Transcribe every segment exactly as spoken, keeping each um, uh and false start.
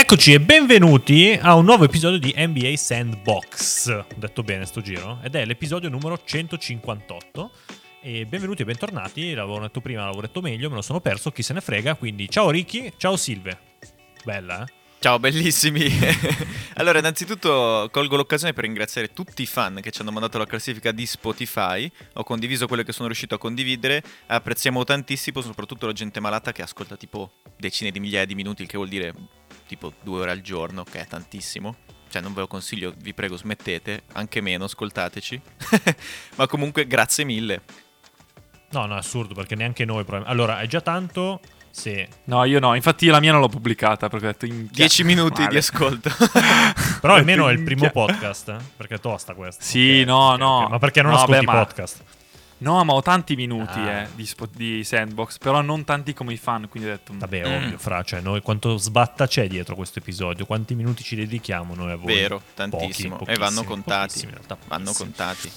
Eccoci e benvenuti a un nuovo episodio di N B A Sandbox. Ho detto bene sto giro? Ed è l'episodio numero centocinquantotto. E benvenuti e bentornati. L'avevo detto prima, l'avevo detto meglio, me lo sono perso, chi se ne frega. Quindi ciao Ricky, ciao Silve. Bella, eh? Ciao bellissimi. Allora, innanzitutto colgo l'occasione per ringraziare tutti i fan che ci hanno mandato la classifica di Spotify. Ho condiviso quello che sono riuscito a condividere. Apprezziamo tantissimo, soprattutto la gente malata che ascolta tipo decine di migliaia di minuti, il che vuol dire tipo due ore al giorno, che è tantissimo. Cioè non ve lo consiglio, vi prego smettete, anche meno, ascoltateci. Ma comunque grazie mille. No, no, è assurdo perché neanche noi prob- Allora, è già tanto. Sì. No, io no, infatti la mia non l'ho pubblicata perché ho detto in dieci minuti male. di ascolto. Però almeno è il primo podcast, eh? Perché è tosta questo. Sì, okay, no, okay, no. okay. Ma perché non no, ascolti beh, i ma... podcast? No, ma ho tanti minuti ah. eh, di, spo- di Sandbox, però non tanti come i fan, quindi ho detto... Vabbè, mm. ovvio, fra, cioè noi quanto sbatta c'è dietro questo episodio? Quanti minuti ci dedichiamo noi a voi? Vero, tantissimo. Pochi, e vanno contati. in realtà, vanno contati.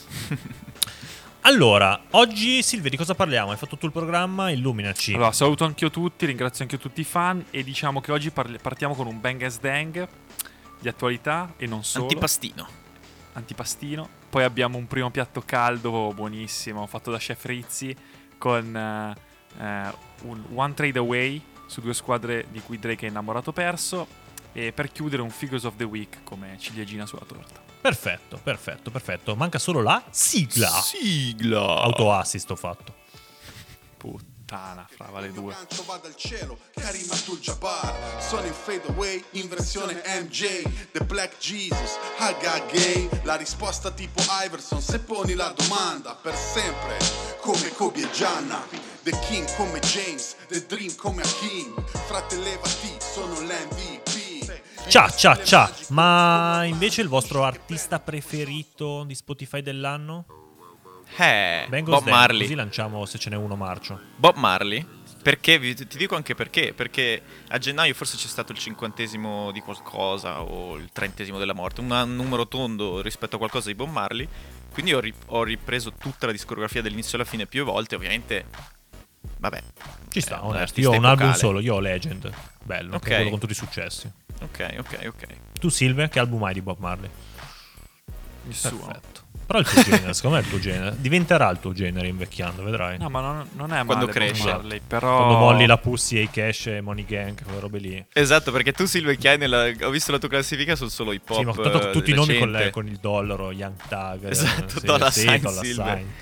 Allora, oggi Silvia di cosa parliamo? Hai fatto tu il programma, illuminaci. Allora, saluto anch'io tutti, ringrazio anch'io tutti i fan e diciamo che oggi parli- partiamo con un bang as dang di attualità e non solo. Antipastino. Antipastino. Poi abbiamo un primo piatto caldo buonissimo fatto da Chef Rizzi con uh, uh, un One Trade Away su due squadre di cui Drake è innamorato perso e per chiudere un Figures of the Week come ciliegina sulla torta. Perfetto, perfetto, perfetto. Manca solo la sigla. Sigla. Auto-assist ho fatto. Puttana, fra vale due. Va dal cielo, Karim Abdul-Jabbar. Sono in fade away, in versione M J. The Black Jesus, Haga Gay. La risposta tipo Iverson, se poni la domanda. Per sempre, come Kobe e Gianna. The King come James, The Dream come Hakim. Frate levati, sono l'M V P. Ciao, ciao, ciao. Ma invece il vostro artista preferito di Spotify dell'anno? Eh, Bengals Bob Dance, Marley. Così lanciamo se ce n'è uno marcio. Bob Marley. Perché? Vi- ti dico anche perché. Perché a gennaio forse c'è stato il cinquantesimo di qualcosa o il trentesimo della morte. Un, un numero tondo rispetto a qualcosa di Bob Marley. Quindi ho, ri- ho ripreso tutta la discografia dall'inizio alla fine più volte. Ovviamente, vabbè. Ci sta, è un onesto. artista Io ho un album epocale. solo, io ho Legend. Bello, Ok. che è quello con tutti i successi. Ok, ok, ok. Tu Silve, che album hai di Bob Marley? Il suo. Perfetto. Però il tuo genere, secondo me è il tuo genere. Diventerà il tuo genere invecchiando, vedrai. No, ma non, non è male Quando Bob cresce. Marley, però... Quando molli la Pussy e i Cash e Money Gang, quelle robe lì. Esatto, perché tu Silvia Chiai nella... ho visto la tua classifica, sono solo hip hop. Sì, ma tanto tutti i nomi con, recente. le- con il dollaro, Young Thug. Esatto, sì, Dollar sì, Sign Dollar Silver. Sign.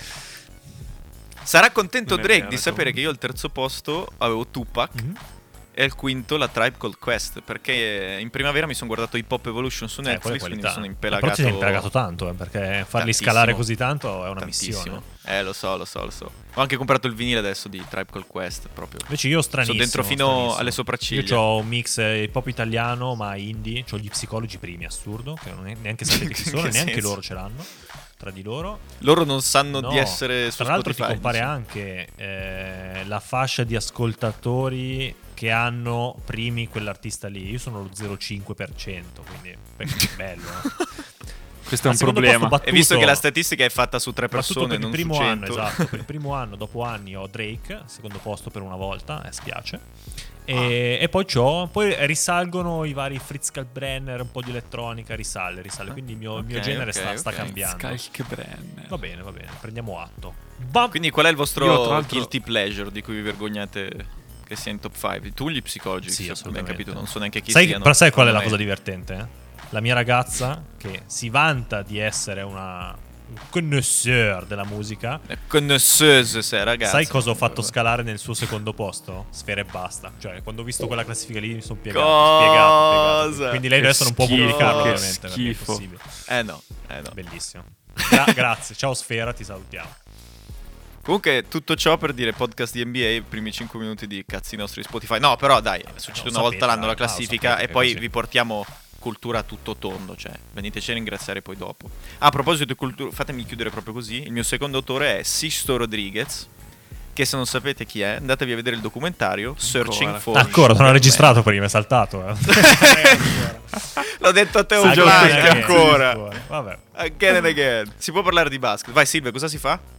Sarà contento Non è Drake vero, di sapere comunque. che io al terzo posto avevo Tupac Mhm. e al quinto la Tribe Called Quest, perché in primavera mi sono guardato Hip Hop Evolution su Eh, quella è Netflix, quindi mi qualità. sono Ma impelagato. Però ti sei impelagato tanto, eh, perché farli Tantissimo. scalare così tanto è una Tantissimo. missione. Eh, lo so, lo so, lo so. Ho anche comprato il vinile adesso di Tribe Called Quest, proprio. Invece io stranissimo. Sono dentro fino stranissimo. alle sopracciglia. Io ho un mix eh, hip hop italiano ma indie. C'ho gli psicologi primi, assurdo, che non è, neanche sapete chi sono, Che neanche senso? loro ce l'hanno. Tra di loro. Loro non sanno No, di essere su tra l'altro Spotify. ti compare dici. anche eh, la fascia di ascoltatori che hanno primi quell'artista lì. Io sono lo zero virgola cinque per cento, quindi perché è bello. Eh. Questo è Al un secondo problema. posto battuto- E visto che la statistica è fatta su tre battuto persone, per il non primo su anno, cento. esatto, per il primo anno, dopo anni ho Drake, secondo posto per una volta, eh, spiace. E, Ah. e poi c'ho, poi risalgono i vari Fritz Kalkbrenner, un po' di elettronica, risale, risale. Quindi il mio, il mio Ok, genere ok, sta, sta ok. cambiando. Kalkbrenner. Va bene, va bene, prendiamo atto. Va- Quindi qual è il vostro Io, tra l'altro- guilty pleasure di cui vi vergognate che sia in top cinque? Tu gli psicologi, Sì, se assolutamente. ben capito, non so neanche chi sai, siano. però sai qual è la secondo cosa me. divertente? eh? La mia ragazza, che si vanta di essere una un connoisseur della musica. È Connoisseuse sei, ragazzi. Sai cosa ho fatto scalare nel suo secondo posto? Sfera e basta. Cioè, quando ho visto quella classifica lì mi sono piegato, Cosa? spiegato, spiegato. Quindi lei Che adesso non può schifo, pubblicarlo, che ovviamente, perché è schifo. impossibile. Eh no, eh no. Bellissimo. Gra- grazie. Ciao Sfera, ti salutiamo. Comunque tutto ciò per dire podcast di N B A, i primi cinque minuti di cazzi nostri Spotify. No, però dai, succede no, una volta sapete, l'anno la ah, classifica lo sapete e poi così. vi portiamo cultura a tutto tondo, cioè veniteci a ringraziare poi dopo. Ah, a proposito di cultura, fatemi chiudere proprio così, il mio secondo autore è Sisto Rodriguez, che se non sapete chi è, andatevi a vedere il documentario Searching Ancora. for Ah, ancora, non ho Sugar registrato prima, è saltato. Eh. Man. L'ho detto a te un Again, paio again, ancora. ancora. Vabbè. Again and again. Si può parlare di basket. Vai Silvia, cosa si fa?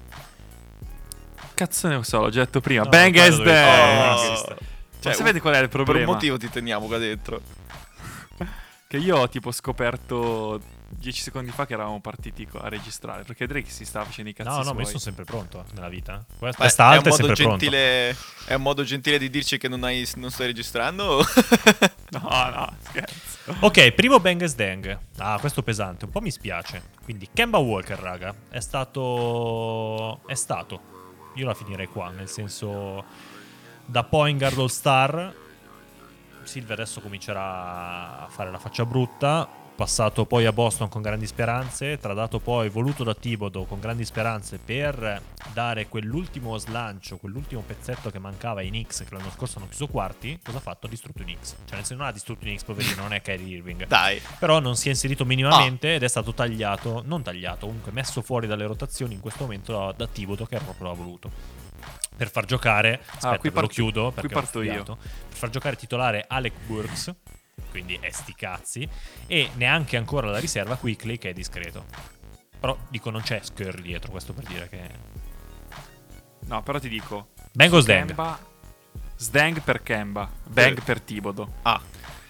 Cazzo ne so, l'ho già detto prima. No, Bang quello as dove- dang. Oh. Cioè, Ma sapete qual è il Per problema? un motivo ti teniamo qua dentro. che io ho tipo scoperto dieci secondi fa che eravamo partiti co- a registrare, perché Drake si stava facendo i cazzi No, no, suoi. ma io sono sempre pronto nella vita. Questa Beh, testa è un alta è modo sempre pronto. gentile, è un modo gentile di dirci che non, hai, non stai registrando? No, no, scherzo. Ok, primo Bang and Dang. Ah, questo pesante, un po' mi spiace. Quindi Kemba Walker, raga, è stato... È stato. Io la finirei qua, nel senso... Da point guard all star, Silver adesso comincerà a fare la faccia brutta. Passato poi a Boston con grandi speranze, tradato poi, voluto da Thibodeau con grandi speranze per dare quell'ultimo slancio, quell'ultimo pezzetto che mancava ai Knicks, che l'anno scorso hanno chiuso quarti. Cosa ha fatto? Ha distrutto i Knicks. Cioè nel senso non ha distrutto i Knicks, poverino, non è Kyrie Irving. Dai. Però non si è inserito minimamente ed è stato tagliato, non tagliato, comunque messo fuori dalle rotazioni in questo momento da, da Thibodeau, che proprio l'ha voluto. Per far giocare, aspetta, qui ve lo parto- chiudo qui perché parto ho io. studiato. Per far giocare titolare Alec Burks, quindi è sti cazzi, e neanche ancora la riserva Quickley, che è discreto. Però dico non c'è Scurry dietro, questo per dire che... No, però ti dico Bang o Sdang? Kemba, Sdang per Kemba, Bang Eh. per Thibodeau. Ah,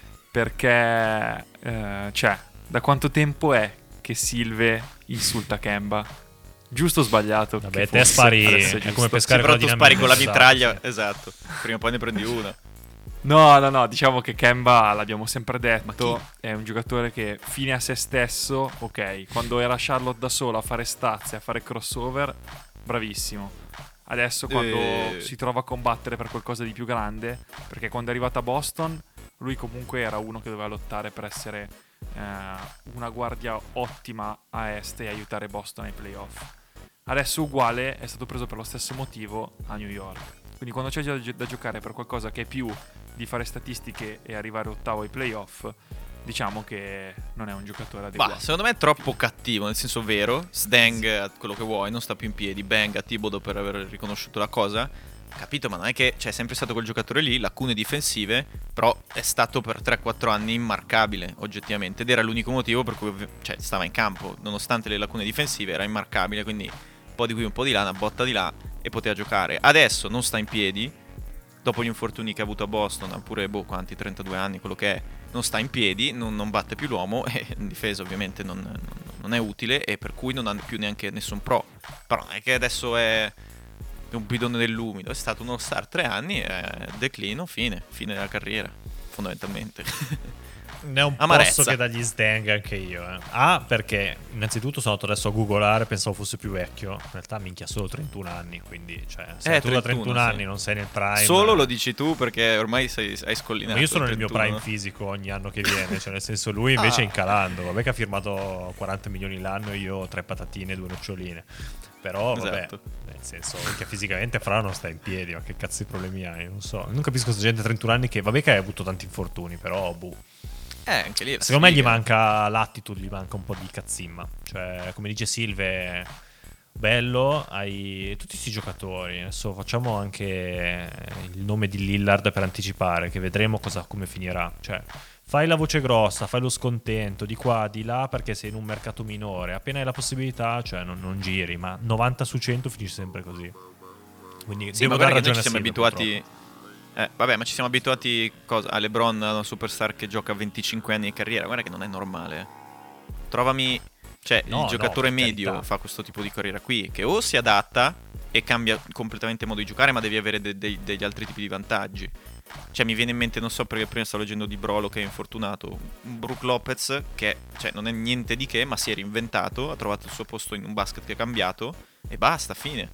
Perché eh, cioè, da quanto tempo è che Silve insulta Kemba? Giusto o sbagliato? Vabbè, che te fosse, spari- adesso è giusto. come sì, pescare però con la tu dinamite, spari con la esatto, mitraglia, sì. esatto. Prima o poi ne prendi una. No, no, no, diciamo che Kemba, l'abbiamo sempre Ma detto, è un giocatore che fine a se stesso, ok, quando era Charlotte da sola a fare stazzi, a fare crossover, bravissimo. Adesso quando Eh. si trova a combattere per qualcosa di più grande, perché quando è arrivato a Boston, lui comunque era uno che doveva lottare per essere eh, una guardia ottima a est e aiutare Boston ai playoff. Adesso uguale, è stato preso per lo stesso motivo a New York. Quindi quando c'è da, da giocare per qualcosa che è più di fare statistiche e arrivare ottavo ai playoff, diciamo che non è un giocatore adeguato. Ma secondo me è troppo cattivo, nel senso vero. Sdang a quello che vuoi, non sta più in piedi. Bang a Thibodeau per aver riconosciuto la cosa. Capito, ma non è che cioè, è sempre stato quel giocatore lì, lacune difensive, però è stato per tre quattro anni immarcabile, oggettivamente. Ed era l'unico motivo per cui cioè, stava in campo. Nonostante le lacune difensive era immarcabile, quindi un po' di qui, un po' di là, una botta di là e poteva giocare. Adesso non sta in piedi, dopo gli infortuni che ha avuto a Boston, ha pure, boh, quanti, trentadue anni, quello che è, non sta in piedi, non, non batte più l'uomo e in difesa ovviamente non, non, non è utile e per cui non ha più neanche nessun pro. Però non è che adesso è un bidone dell'umido, è stato uno star tre anni, eh, declino, fine, fine della carriera, fondamentalmente. Ne ho un Amarezza. posso che dagli Sdang anche io. Eh. Ah, perché innanzitutto sono andato adesso a googolare, pensavo fosse più vecchio. In realtà minchia solo trentuno anni, quindi cioè, se Eh, tu da trentuno, trentuno sì. anni non sei nel prime. Solo lo dici tu perché ormai sei, hai scollinato. Ma io sono nel mio trentuno. prime fisico ogni anno che viene, cioè nel senso lui invece Ah. è incalando. Vabbè che ha firmato quaranta milioni l'anno e io tre patatine e due noccioline. Però vabbè, Esatto. nel senso che fisicamente Fra non sta in piedi, ma che cazzo di problemi hai? Non so, non capisco questa gente a trentuno anni che vabbè che hai avuto tanti infortuni, però boh. Eh, anche lì. è la Secondo me gli sfiga. manca l'attitude, gli manca un po' di cazzimma. Cioè, come dice Silve, bello, hai tutti questi giocatori. Adesso facciamo anche il nome di Lillard per anticipare, che vedremo cosa, come finirà. Cioè, fai la voce grossa, fai lo scontento di qua, di là, perché sei in un mercato minore. Appena hai la possibilità, cioè non, non giri, ma novanta su cento finisce sempre così. Quindi Sì, devo ma dare guarda che noi ragione ci a siamo Silve, abituati. purtroppo. Eh, vabbè, ma ci siamo abituati cosa, a LeBron, a una superstar che gioca venticinque anni di carriera. Guarda che non è normale. Trovami. Cioè, No, il giocatore no, per medio carità. fa questo tipo di carriera qui, che o si adatta e cambia completamente modo di giocare, ma devi avere de- de- degli altri tipi di vantaggi. Cioè, mi viene in mente, non so perché prima stavo leggendo di Brolo che è infortunato. Un Brook Lopez che cioè, non è niente di che, ma si è reinventato, ha trovato il suo posto in un basket che ha cambiato e basta, fine.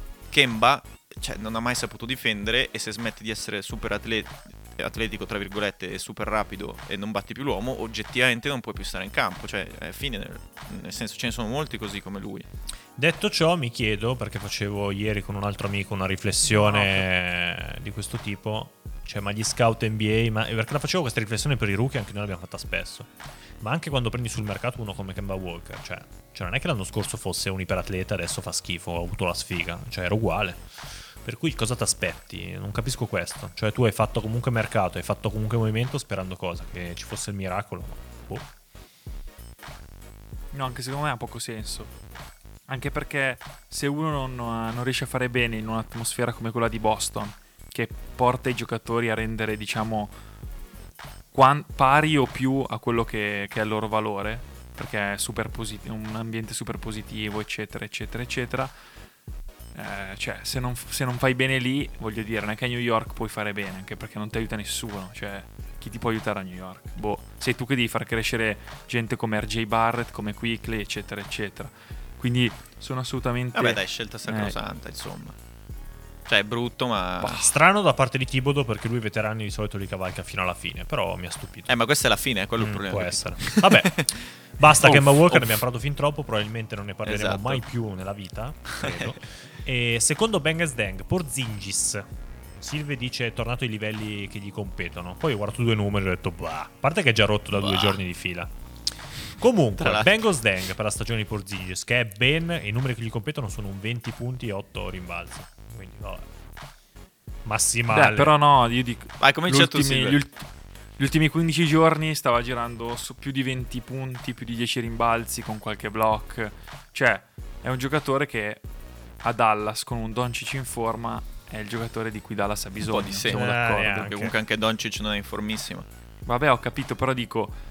Kemba, cioè, non ha mai saputo difendere e se smetti di essere super atle- atletico, tra virgolette, e super rapido e non batti più l'uomo, oggettivamente non puoi più stare in campo. Cioè, è fine, nel, nel senso, ce ne sono molti così come lui. Detto ciò, mi chiedo, perché facevo ieri con un altro amico una riflessione di questo tipo, cioè ma gli scout N B A, ma perché la facevo questa riflessione per i rookie, anche noi l'abbiamo fatta spesso, ma anche quando prendi sul mercato uno come Kemba Walker, cioè, cioè non è che l'anno scorso fosse un iperatleta, adesso fa schifo, ha avuto la sfiga, cioè era uguale. Per cui cosa ti aspetti? Non capisco questo. Cioè tu hai fatto comunque mercato, hai fatto comunque movimento sperando cosa? Che ci fosse il miracolo? Boh. No, anche secondo me ha poco senso. Anche perché se uno non, non riesce a fare bene in un'atmosfera come quella di Boston, che porta i giocatori a rendere, diciamo, quan- pari o più a quello che, che è il loro valore, perché è super posit- un ambiente super positivo, eccetera, eccetera, eccetera. Eh, cioè, se non, se non fai bene lì, voglio dire, neanche a New York puoi fare bene, anche perché non ti aiuta nessuno. Cioè, chi ti può aiutare a New York? Boh, sei tu che devi far crescere gente come R J Barrett, come Quickly, eccetera, eccetera. Quindi sono assolutamente... Vabbè dai, scelta sacrosanta, eh, insomma. Cioè è brutto, ma... Bah, strano da parte di Thibodeau, perché lui i veterani di solito li cavalca fino alla fine, però mi ha stupito. Eh, ma questa è la fine, è quello Mm, il problema. può essere. Vabbè, basta Uff, Kemba Walker, uff. ne abbiamo parlato fin troppo, probabilmente non ne parleremo Esatto. mai più nella vita, credo. E secondo Bang Dang, Porzingis. Silve dice è tornato ai livelli che gli competono. Poi ho guardato due numeri e ho detto bah, a parte che è già rotto da Bah. due giorni di fila. Comunque, Tra l'altro. Bengals Dang per la stagione di Porzingis, che è ben, e i numeri che gli competono sono un venti punti e otto rimbalzi. Quindi vabbè. Massimale. Beh, però no, io dico... Vai, comincia tu, l'ultimi- Silver. gli, ult- gli ultimi quindici giorni stava girando su più di venti punti, più di dieci rimbalzi con qualche block. Cioè, è un giocatore che a Dallas con un Doncic in forma è il giocatore di cui Dallas ha bisogno. Un po' di sì. siamo Eh, d'accordo. neanche. Perché comunque anche Doncic non è in formissima. Vabbè, ho capito, però dico...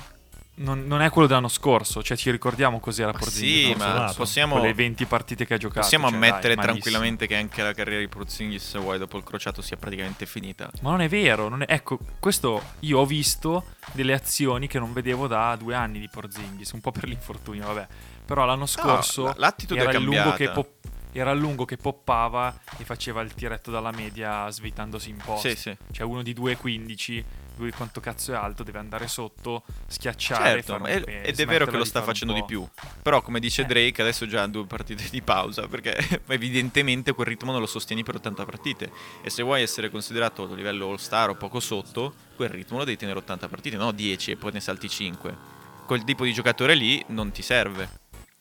Non, non è quello dell'anno scorso, cioè ci ricordiamo cos'era Ma Porzingis. sì, l'anno ma scorso, possiamo- con le venti partite che ha giocato. Possiamo cioè, ammettere dai, malissimo. tranquillamente che anche la carriera di Porzingis White dopo il crociato sia praticamente finita. Ma non è vero, non è- ecco, questo io ho visto delle azioni che non vedevo da due anni di Porzingis, un po' per l'infortunio, vabbè. Però l'anno scorso la- l'attitude era è il lungo cambiata. che pop- era il lungo che poppava e faceva il tiretto dalla media svitandosi in post. Sì, sì. Cioè uno di due e quindici, lui quanto cazzo è alto, deve andare sotto, schiacciare, Certo, fare un- e- e ed è smetterla vero che lo di sta fare un facendo di po'. più. Però, come dice Eh. Drake, adesso già ha due partite di pausa. Perché evidentemente quel ritmo non lo sostieni per ottanta partite. E se vuoi essere considerato a livello all-star o poco sotto, quel ritmo lo devi tenere ottanta partite, no dieci e poi ne salti cinque. Quel tipo di giocatore lì non ti serve.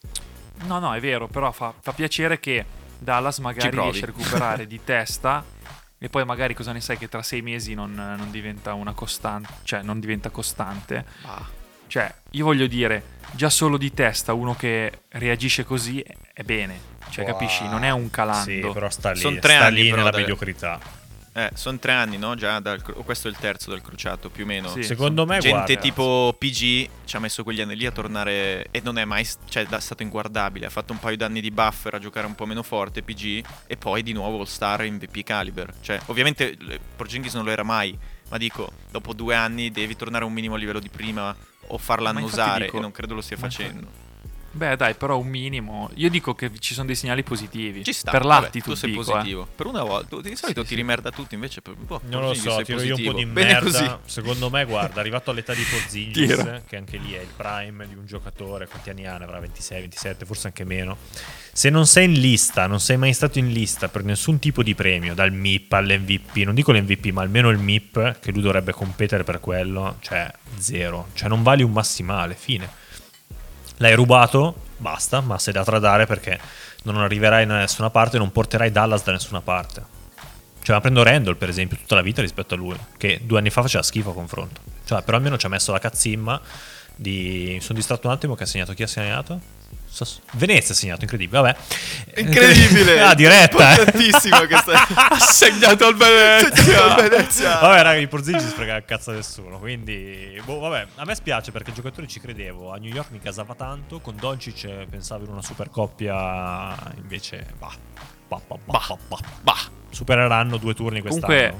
No, no, è vero, però fa, fa piacere che Dallas magari provi. riesce a recuperare di testa e poi magari cosa ne sai che tra sei mesi non, non diventa una costante, cioè non diventa costante. Cioè, io voglio dire, già solo di testa uno che reagisce così è bene, cioè Wow. capisci, non è un calando. Sì, però sta lì, Son tre sta anni, lì però, nella dai. mediocrità. Eh, sono tre anni, no? Già dal cro- questo è il terzo del crociato, più o meno. Sì. Secondo me, Gente guarda, tipo P G ci ha messo quegli anni lì a tornare e non è mai cioè, da- stato inguardabile. Ha fatto un paio d'anni di buffer a giocare un po' meno forte P G e poi di nuovo All-Star M V P caliber. Cioè, ovviamente l- Porzingis non lo era mai, ma dico, dopo due anni devi tornare a un minimo livello di prima o farla Ma infatti annusare dico- e non credo lo stia ma facendo. Beh, dai, però un minimo. Io dico che ci sono dei segnali positivi. Ci sta, Per vabbè, l'attitude tu sei dico, positivo. Per una volta, tu- di solito Sì, ti sì. rimerda tutti, invece per boh, Non lo Porzingis so, sei tiro io un po' di positivo. Bene merda. così. Secondo me, guarda, arrivato all'età di Porzingis, Tira. che anche lì è il prime di un giocatore, quanti anni ha? Ne avrà ventisei, ventisette, forse anche meno. Se non sei in lista, non sei mai stato in lista per nessun tipo di premio, dal M I P all'M V P, non dico l'M V P, ma almeno il M I P, che lui dovrebbe competere per quello, cioè zero. Cioè non vali un massimale, fine. L'hai rubato, basta, ma sei da tradare perché non arriverai da nessuna parte, non porterai Dallas da nessuna parte. Cioè, ma prendo Randall, per esempio, tutta la vita rispetto a lui, che due anni fa faceva schifo a confronto. Cioè, però almeno ci ha messo la cazzimma di... Mi sono distratto un attimo, che ha segnato. Chi ha segnato? Sass- Venezia ha segnato, incredibile, vabbè. Incredibile! Ah, diretta, eh. Importantissimo che sta... Ha segnato il Venezia! Venezia! Vabbè, raga, i Porzingis frega il cazzo a nessuno. Quindi, boh, vabbè, a me spiace perché il giocatore ci credevo. A New York mi casava tanto. Con Doncic eh, pensavo in una super coppia. Invece, bah, bah, bah, bah, bah, bah, bah. Supereranno due turni quest'anno. Comunque,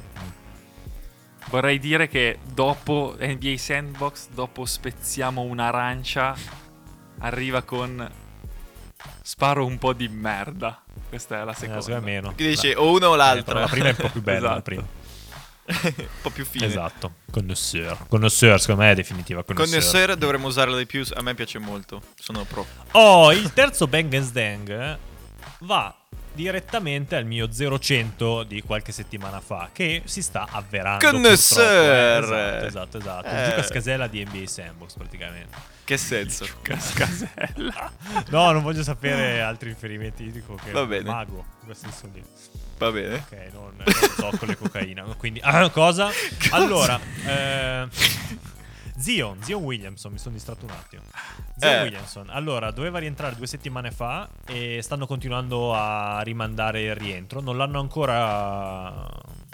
vorrei dire che dopo N B A Sandbox, dopo spezziamo un'arancia, arriva con sparo un po' di merda. Questa è la Eh, seconda. secondo me meno. Chi dice La- o una o eh, l'altra? però la prima è un po' più bella. La Esatto. prima. un po' più fine. Esatto. Connoisseur. Connoisseur, secondo me è definitiva. Connoisseur. Connoisseur dovremmo usarla di più. A me piace molto. Sono pro. Oh, il terzo Bang and Dang va direttamente al mio zero cento di qualche settimana fa, che si sta avverando. Connoisseur! purtroppo, eh. Esatto, esatto, esatto. Eh. Gioca a scasella di N B A Sandbox praticamente. Che senso? Cascasella. No, non voglio sapere altri riferimenti. Io dico che Va è un bene. mago. In questo senso lì. Va bene. Ok, non, non zoccolo e cocaina. Quindi, ah, cosa? Allora, eh, Zion, Zion Williamson, mi sono distratto un attimo. Zion Eh. Williamson, allora, doveva rientrare due settimane fa e stanno continuando a rimandare il rientro. Non l'hanno ancora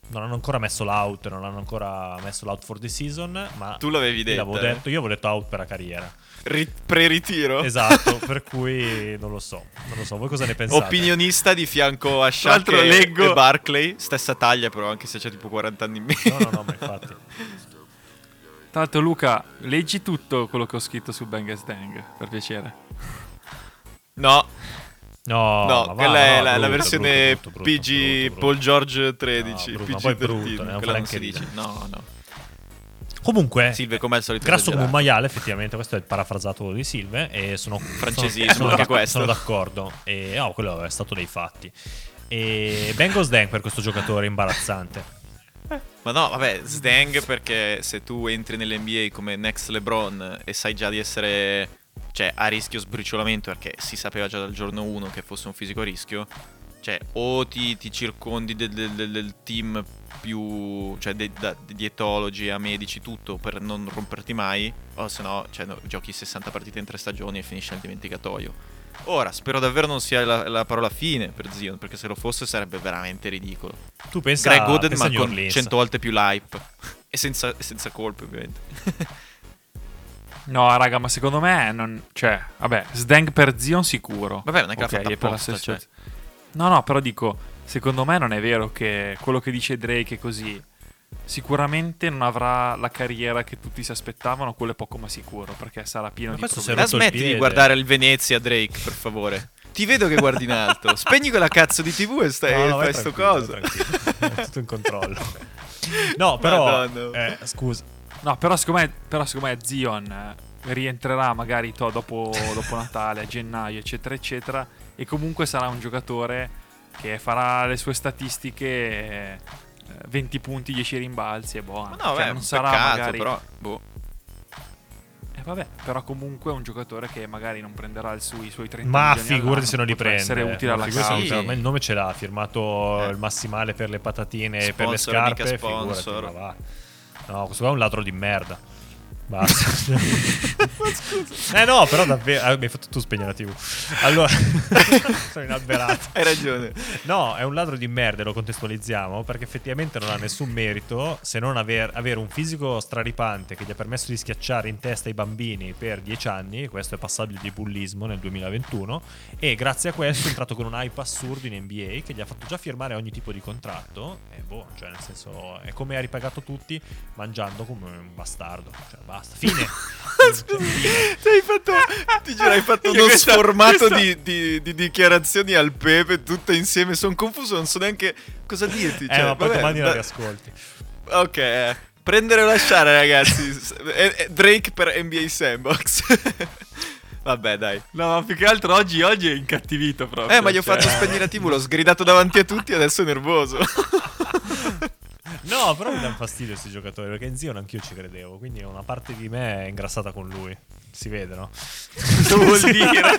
non hanno ancora messo l'out, non hanno ancora messo l'out for the season, ma Tu l'avevi detto, l'avevo eh. detto, io avevo detto out per la carriera. Ri- pre-ritiro? Esatto, per cui non lo so, non lo so, voi cosa ne pensate? Opinionista di fianco a Tra l'altro Shaq e, leggo- e Barkley, stessa taglia però, anche se c'è tipo quaranta anni in meno. No, no, no, ma infatti. Tra l'altro, Luca, leggi tutto quello che ho scritto su Bang and Dang, per piacere. No, No, no, ma va, quella è no, la, la brutto, versione brutto, brutto, P G brutto, brutto, Paul brutto. George tredici, No, brutto, P ma G poi è tredici, brutto, ne non fa quella non neanche si dice. ridere. No, no. Comunque, Silve come al solito grasso come un esagerato. maiale, effettivamente, questo è il parafrasato di Silve e sono Francesismo, sono, anche sono, questo. sono d'accordo. E oh, quello è stato dei fatti. E Bengals Dang per questo giocatore imbarazzante. Ma no, vabbè, Sdang perché se tu entri nell'N B A come next LeBron e sai già di essere, cioè, a rischio sbriciolamento, perché si sapeva già dal giorno uno che fosse un fisico a rischio, cioè, o ti, ti circondi del, del- del- del team più, cioè, de- da dietologi a medici, tutto, per non romperti mai, o se no, cioè, no, giochi sessanta partite in tre stagioni e finisci nel dimenticatoio. Ora, spero davvero non sia la, la parola fine per Zion, perché se lo fosse sarebbe veramente ridicolo. Tu pensa, Greg Oden, pensa a ma New con Orleans. cento volte più l'hype. E senza, e senza colpe, ovviamente. No, raga, ma secondo me non... Cioè, vabbè, Sdang per Zion sicuro. Vabbè, non è che Ok, l'ha fatta è per la apposta, stessa- cioè. No, no, però dico, secondo me non è vero che quello che dice Drake è così. Sicuramente non avrà la carriera che tutti si aspettavano, quello è poco ma sicuro, perché sarà pieno Ma di questo si è problemi. La rotto il smetti di piede. guardare il Venezia, Drake, per favore. Ti vedo che guardi in alto. Spegni quella cazzo di tivù e stai No, no, vai fai sto tranquillo, coso. vai tranquillo. È tutto in controllo. No, però, Madonna. eh, scusa. No, però secondo me, però secondo me Zion eh, rientrerà magari to, dopo, dopo Natale, a gennaio, eccetera, eccetera, e comunque sarà un giocatore che farà le sue statistiche, eh, venti punti, dieci rimbalzi e buono. Ma no, Cioè, vabbè, non un sarà peccato, magari... però, boh. Eh, vabbè, però comunque è un giocatore che magari non prenderà il su- i suoi trenta Ma milioni figurati all'anno, se non li potrà prende. essere utile alla Figurati se non li causa. prende. Ma il nome ce l'ha, ha firmato Eh. il massimale per le patatine e per le Sponsor, mica scarpe. sponsor. Figurati, ma va. No, questo qua è un ladro di merda. Basta. Eh no, però davvero. ah, mi hai fatto tu spegnere la tivù. Allora, sono inalberato. Hai ragione. No, è un ladro di merda, lo contestualizziamo, perché effettivamente non ha nessun merito se non aver, avere un fisico straripante che gli ha permesso di schiacciare in testa i bambini per dieci anni. Questo è passabile di bullismo nel duemilaventuno. E grazie a questo è entrato con un hype assurdo in N B A che gli ha fatto già firmare ogni tipo di contratto. E boh, cioè nel senso, è come ha ripagato tutti mangiando come un bastardo. Cioè basta, fine. Scusa, ti hai fatto, ti giuro, hai fatto Io uno questa- sformato questa- di, di- di dichiarazioni al pepe tutte insieme. Sono confuso, non so neanche cosa dirti. Eh, cioè, ma poi vabbè, domani da- la riascolti. Ok, eh, prendere o lasciare, ragazzi. S- eh, eh, Drake per N B A Sandbox. Vabbè, dai. No, ma più che altro oggi, oggi è incattivito proprio. Eh, ma gli ho cioè- fatto spegnere la tivù, l'ho sgridato davanti a tutti e adesso è nervoso. No, però mi dà fastidio questi giocatori, perché in Zion anch'io ci credevo, quindi una parte di me è ingrassata con lui. Si vede, no? Cosa vuol dire?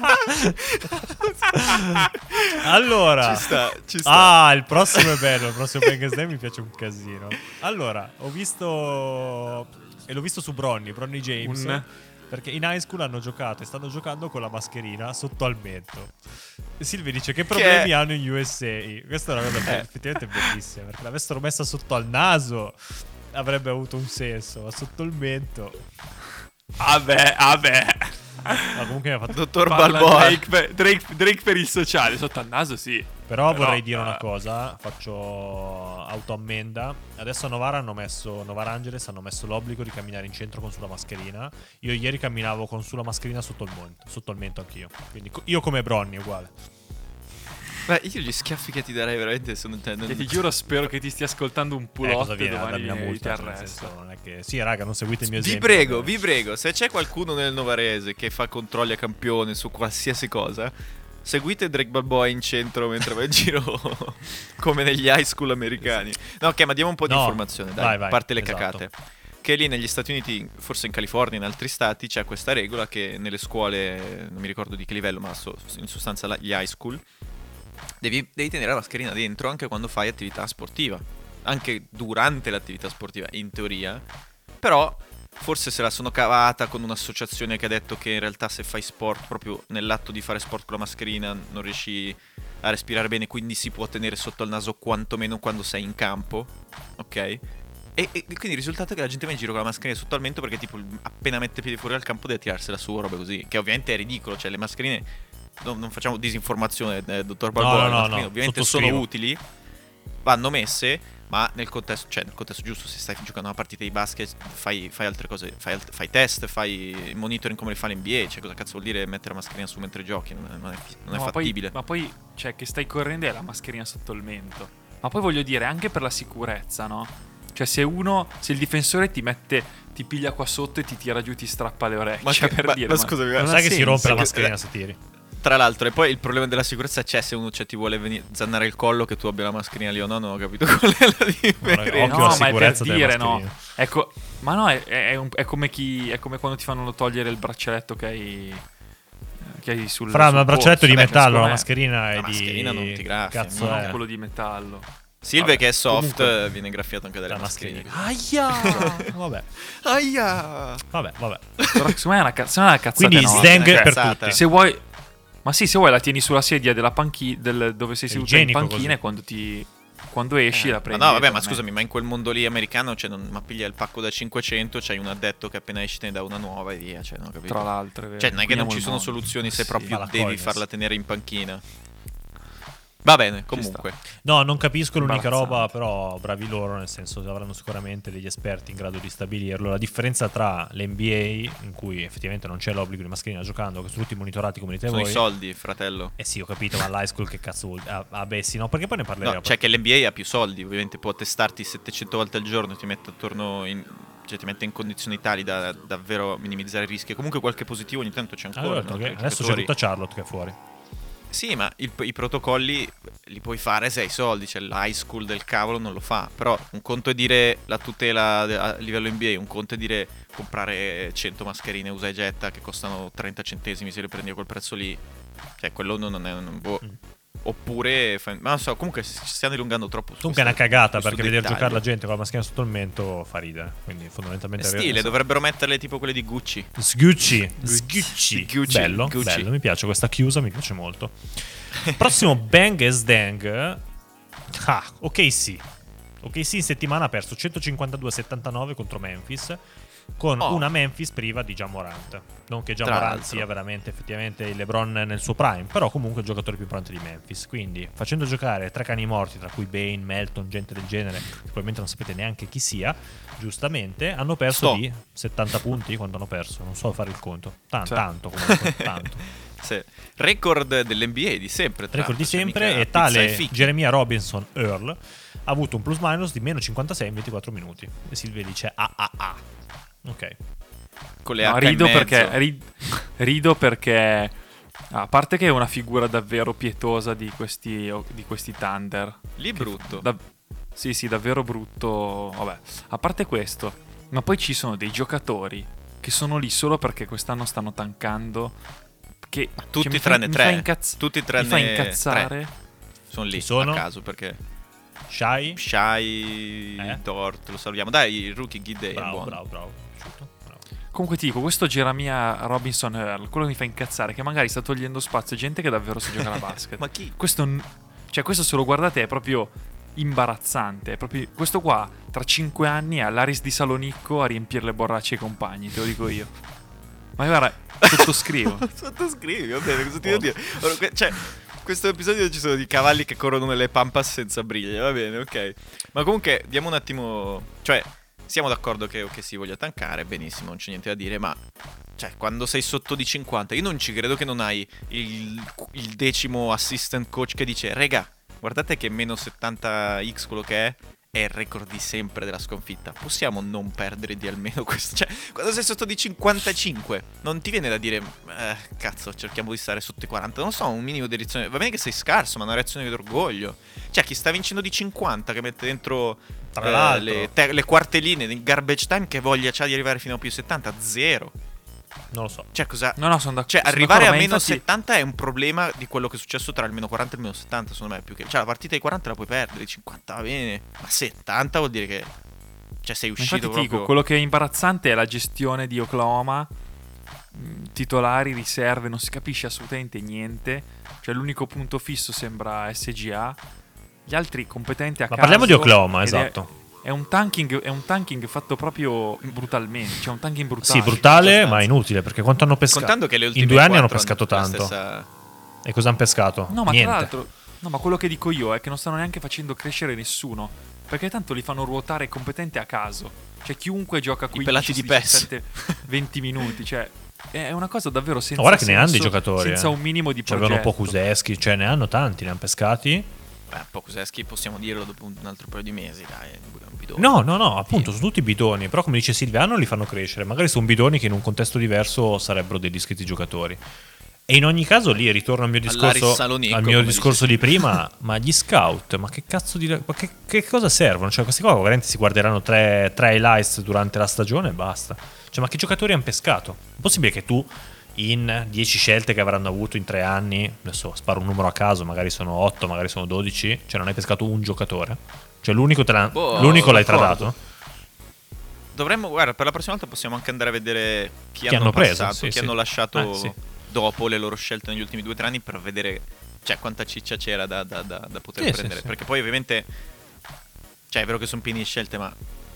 Allora, Ci sta, ci sta. ah, il prossimo è bello, il prossimo Bengals Day mi piace un casino. Allora, ho visto e l'ho visto su Bronny, Bronny James, Un- perché in high school hanno giocato e stanno giocando con la mascherina sotto al mento. E Silvi dice che problemi hanno in U S A. Questa è una cosa Eh. effettivamente bellissima, perché l'avessero messa sotto al naso avrebbe avuto un senso, ma sotto il mento. Vabbè, vabbè. No, comunque mi ha fatto. Dottor Parla Balboa. Drake per, Drake, Drake per il sociale, sotto al naso sì. Però Però, vorrei dire una eh. cosa, faccio autoammenda. Adesso a Novara hanno messo, Novara Angeles hanno messo l'obbligo di camminare in centro con sulla mascherina. Io ieri camminavo con sulla mascherina sotto il mento, sotto il mento anch'io. Quindi co- io come Bronny uguale. Beh, io gli schiaffi che ti darei veramente sono... Cioè, non- Che ti giuro, spero che ti stia ascoltando un Eh, pulotto cosa e viene? domani Dammi una vieni- ti multa, cioè, nel arresto. senso, non è che... Sì, raga, non seguite il mio Vi esempio. prego, vabbè. vi prego, se c'è qualcuno nel Novarese che fa controlli a campione su qualsiasi cosa, seguite Drake Balboa in centro mentre va in giro come negli high school americani. No, ok, ma diamo un po' di No, informazione, dai, vai, vai, a parte le esatto. cacate. Che lì negli Stati Uniti, forse in California e in altri stati, c'è questa regola che nelle scuole, non mi ricordo di che livello, ma so- in sostanza la- gli high school, devi, devi tenere la mascherina dentro anche quando fai attività sportiva. Anche durante l'attività sportiva, in teoria. Però forse se la sono cavata con un'associazione che ha detto che in realtà se fai sport, proprio nell'atto di fare sport con la mascherina, non riesci a respirare bene, quindi si può tenere sotto il naso quantomeno quando sei in campo, ok? E, e quindi il risultato è che la gente va in giro con la mascherina sotto al mento perché tipo appena mette piede fuori dal campo deve tirarsela su o robe così, che ovviamente è ridicolo, cioè le mascherine, no, non facciamo disinformazione, eh, dottor Balboa, no, no, le no, mascherine no, ovviamente sono utili, vanno messe, ma nel contesto, cioè nel contesto giusto, se stai giocando una partita di basket fai, fai altre cose, fai, alt- fai test, fai monitoring come li fa l'N B A, cioè cosa cazzo vuol dire mettere la mascherina su mentre giochi, non è, non è, non è No, ma fattibile. Poi, ma poi, cioè, che stai correndo e hai la mascherina sotto il mento. Ma poi voglio dire, anche per la sicurezza, no? Cioè, se uno, se il difensore ti mette, ti piglia qua sotto e ti tira giù, ti strappa le orecchie, Ma, cioè, che, per ma, dire, ma ma scusami, non ma- ha Sai che si senso. rompe la Che- mascherina eh, se tiri. Tra l'altro, e poi il problema della sicurezza c'è se uno cioè, ti vuole venire zannare il collo che tu abbia la mascherina lì o no, non ho capito qual è la differenza. Occhio No, alla ma è per sicurezza delle dire, no. mascherine. Ecco, ma no, è, è, un- è come chi, è come quando ti fanno togliere il braccialetto che hai, che hai sul Fra, sul ma il braccialetto polso. di Vabbè, metallo, secondo la me- mascherina è La di... mascherina non ti graffia, Cazzo non è? quello di metallo. Silve Vabbè, che è soft comunque- viene graffiato anche dalle La mascherine. mascherina. Aia! Vabbè, Aia! vabbè, vabbè. Però, secondo me è una, ca- secondo me è una cazzata Quindi enorme. Sdeng Una per cazzata. tutti. Se vuoi, ma sì, se vuoi la tieni sulla sedia della panchina, del, dove sei È seduto in igienico panchina così. e quando ti quando esci Eh, la ma prendi. no, vabbè, ma per me. scusami, ma in quel mondo lì americano, cioè, non, ma piglia il pacco da cinquecento, c'hai un addetto che appena esci te ne dà una nuova e via, cioè, non ho capito. Tra l'altro, è vero. Cioè, non è che non Inquiniamo ci il sono mondo. soluzioni se Sì. proprio Ma la devi coiners. farla tenere in panchina. Va bene, comunque. No, non capisco l'unica Imbarazzante. roba, però bravi loro, nel senso che avranno sicuramente degli esperti in grado di stabilirlo. La differenza tra l'N B A, in cui effettivamente non c'è l'obbligo di mascherina giocando, che sono tutti monitorati come dite Sono voi. i soldi, fratello. Eh sì, ho capito, ma l'high school che cazzo vuol dire? Ah, ah, beh sì, no, perché poi ne parleremo. No, cioè che l'N B A ha più soldi, ovviamente può testarti settecento volte al giorno, ti mette attorno in, cioè ti mette in condizioni tali da davvero minimizzare i rischi. E comunque qualche positivo ogni tanto c'è ancora. Allora, no? perché Tra i adesso c'è giocatori. tutta Charlotte che è fuori. Sì, ma il- i protocolli li puoi fare se hai soldi, cioè l'high school del cavolo non lo fa. Però un conto è dire la tutela de- a livello N B A, un conto è dire comprare cento mascherine usa e getta che costano trenta centesimi se le prendi a quel prezzo lì. Cioè quello non non è un boh. Mm. Oppure fai- ma non so, comunque ci stiamo dilungando troppo su Comunque è una questo- cagata, questo perché vedere dettaglio. giocare la gente con la mascherina sotto il mento fa ridere. Quindi fondamentalmente... È stile, dovrebbero metterle tipo quelle di Gucci. Sgucci, sgucci. Gucci, Bello, Gucci. bello, mi piace questa chiusa, mi piace molto. Prossimo Bang e Sdang. Ah, ok sì. Ok sì, in settimana ha perso centocinquantadue a settantanove contro Memphis, con Oh. una Memphis priva di Ja Morant. Non che Ja Tra Morant l'altro. sia veramente effettivamente il LeBron nel suo prime, però comunque il giocatore più importante di Memphis. Quindi facendo giocare tre cani morti, tra cui Bane, Melton, gente del genere, che probabilmente non sapete neanche chi sia, giustamente hanno perso Sto. di settanta punti. Quando hanno perso? Non so fare il conto. Tan- Cioè. Tanto comunque, tanto. Sì. Record dell'N B A di sempre. tra Record di l'altro, cioè, sempre, mica e pizza tale fichi. Jeremiah Robinson Earl ha avuto un plus minus di meno cinquantasei in ventiquattro minuti. E Silvia dice ah ah ah. Ok. Con le No, H rido in mezzo. perché rid- rido perché a parte che è una figura davvero pietosa di questi di questi Thunder. Lì è Che- brutto. da- sì, sì, davvero brutto. Vabbè, a parte questo, ma poi ci sono dei giocatori che sono lì solo perché quest'anno stanno tancando. Che Tutti cioè, mi fa- tranne mi tre. fa incazz- Tutti tranne mi fa incazzare. Sono lì Ci sono? a caso perché Shai. Shai, Eh? Dort, lo salutiamo. Dai, il rookie Gidey è Bravo, buono. bravo, bravo. Piaciuto? Bravo. Comunque ti dico, questo Jeremiah Robinson Earl, quello che mi fa incazzare è che magari sta togliendo spazio a gente che davvero sa giocare a basket. Ma chi? Questo, n- cioè, questo se lo guardate è proprio imbarazzante. È proprio, questo qua, tra cinque anni, è all'Aris di Salonicco a riempire le borracce ai compagni, te lo dico io. Ma guarda, sottoscrivo. Sottoscrivi, va bene, cosa ti devo dire? Allora, que- Cioè, questo episodio ci sono di cavalli che corrono nelle pampas senza briglie, va bene, ok. Ma comunque, diamo un attimo... Cioè, siamo d'accordo che ok, si voglia tankare, benissimo, non c'è niente da dire, ma... Cioè, quando sei sotto di cinquanta, io non ci credo che non hai il, il decimo assistant coach che dice rega, guardate che meno settanta x quello che è, è il record di sempre della sconfitta. Possiamo non perdere di almeno questo? Cioè, quando sei sotto di cinquantacinque, non ti viene da dire, eh, cazzo, cerchiamo di stare sotto i quaranta. Non so, un minimo di reazione. Va bene che sei scarso, ma una reazione d'orgoglio. Cioè, chi sta vincendo di cinquanta, che mette dentro Tra eh, l'altro. le, te- le quartelline nel garbage time, che voglia c'ha di arrivare fino a più settanta? Zero. Non lo so. Cioè, cosa... No, no, sono d'accordo. Cioè, sono arrivare a d'accordo, ma meno infatti- settanta è un problema di quello che è successo tra il meno quaranta e il meno settanta, secondo me, più che... Cioè, la partita di quaranta la puoi perdere, cinquanta va bene, ma settanta vuol dire che... Cioè, sei Ma uscito infatti ti proprio... dico, quello che è imbarazzante è la gestione di Oklahoma mh, titolari, riserve, non si capisce assolutamente niente. Cioè l'unico punto fisso sembra S G A, gli altri competenti a Ma caso. parliamo di Oklahoma, ed esatto. È, è un tanking, è un tanking fatto proprio brutalmente, cioè un tanking brutale. Sì, brutale, sostanza. ma inutile, perché quanto hanno pescato? Contando che le ultime In due anni hanno quattro pescato la tanto. stessa- E cosa hanno pescato? No, ma Niente. tra l'altro, no, ma quello che dico io è che non stanno neanche facendo crescere nessuno, perché tanto li fanno ruotare competenti a caso. Cioè chiunque gioca I pelati quindici, di PES. diciassette, venti minuti, cioè è una cosa davvero senza Ma guarda che ne hanno di senso, giocatori. senza eh. un minimo di Cioè, progetto. avevano Pokusevski, cioè ne hanno tanti, ne hanno pescati. Beh, Pokusevski possiamo dirlo dopo un altro paio di mesi, dai, è un bidone. No, no, no, appunto, sono tutti bidoni. Però, come dice Silvia, non li fanno crescere. Magari sono bidoni che in un contesto diverso sarebbero dei discreti giocatori. E in ogni caso, lì ritorno al mio All'Aris discorso, Salonicco, al mio come discorso dice di prima. Ma gli scout, ma che cazzo di. Ma che, che cosa servono? Cioè, questi qua veramente si guarderanno tre, tre highlights durante la stagione e basta. Cioè, ma che giocatori hanno pescato? È possibile che tu, in dieci scelte che avranno avuto in tre anni, adesso sparo un numero a caso, magari sono otto, magari sono dodici, cioè non hai pescato un giocatore? Cioè, l'unico, te l'ha- Boh, l'unico l'hai d'accordo. tradato? Dovremmo, guarda, per la prossima volta possiamo anche andare a vedere chi, Chi hanno, hanno preso, passato, sì, chi sì. hanno lasciato Eh, sì. dopo le loro scelte negli ultimi due o tre anni per vedere cioè, quanta ciccia c'era da, da- da- da poter Sì, sì, prendere. sì. Perché poi ovviamente, cioè è vero che sono pieni di scelte, ma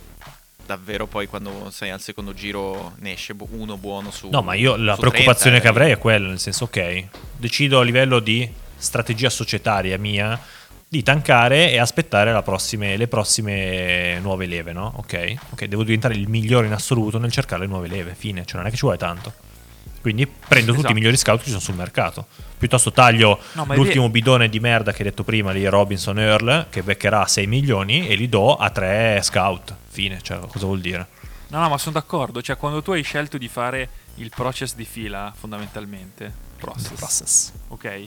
davvero poi quando sei al secondo giro ne esce bu- uno buono su No, ma io la su preoccupazione trenta, che eh. avrei è quella, nel senso, ok, decido a livello di strategia societaria mia di tankare e aspettare la prossime- le prossime nuove leve, no? Ok, ok, devo diventare il migliore in assoluto nel cercare le nuove leve, fine, cioè non è che ci vuole tanto. Quindi prendo tutti Esatto. i migliori scout che ci sono sul mercato. Piuttosto taglio No, ma è l'ultimo vero. bidone di merda che hai detto prima, lì Robinson Earl, che beccherà sei milioni, e li do a tre scout. Fine, cioè cosa vuol dire? No, no, ma sono d'accordo. Cioè, quando tu hai scelto di fare il process di fila, fondamentalmente, process, Process. ok?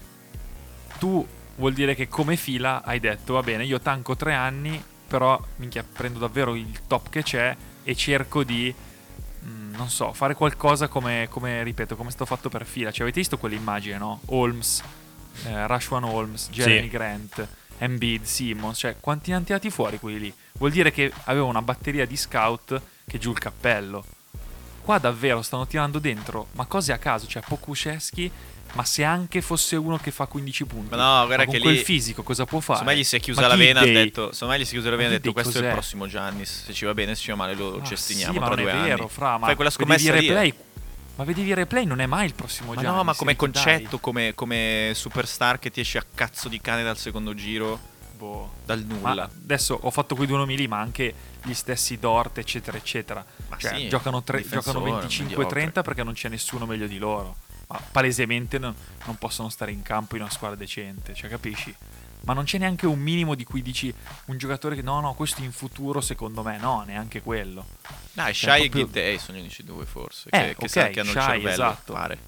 Tu vuol dire che come fila hai detto, va bene, io tanco tre anni, però minchia, prendo davvero il top che c'è e cerco di, mh, non so, fare qualcosa come, come, ripeto, come è stato fatto per fila. Cioè, avete visto quell'immagine, no? Holmes, eh, Rashwan Holmes, Jeremy Sì. Grant, Embiid, Simmons, cioè quanti ne hanno tirati fuori quelli lì? Vuol dire che aveva una batteria di scout che giù il cappello. Qua davvero stanno tirando dentro, ma cose a caso, cioè Pokusevski, ma se anche fosse uno che fa quindici punti, Ma no, guarda con che quel lì- fisico cosa può fare? Insomma gli si è chiusa Ma la vena, ha Kid Day- detto, insomma gli si è chiusa la vena, ha Ma detto Kid Day questo è il cos'è? prossimo Giannis, se ci va bene, se ci va male lo Ah, cestiniamo sì, ma tra non due è vero, anni. fra, ma Fai quella scommessa vedevi lì. eh. replay, ma vedevi replay non è mai il prossimo Ma Giannis. no, ma come Ricky, dai. concetto, come, come superstar che ti esce a cazzo di cane dal secondo giro, Boh. dal Ma nulla. adesso ho fatto quei due nomi lì, ma anche gli stessi Dort, eccetera, eccetera. Ma Cioè, sì, giocano, tre- difensore, giocano venticinque trenta mediocre. perché non c'è nessuno meglio di loro. Ma palesemente non, non possono stare in campo in una squadra decente, cioè, capisci? Ma non c'è neanche un minimo di cui dici un giocatore che no, no, questo in futuro secondo me, no, neanche quello. Dai, Cioè, Shai e proprio- Kid Day sono gli unici due forse, Eh, che, che ok, sa che hanno Shai, il cervello, esatto. pare.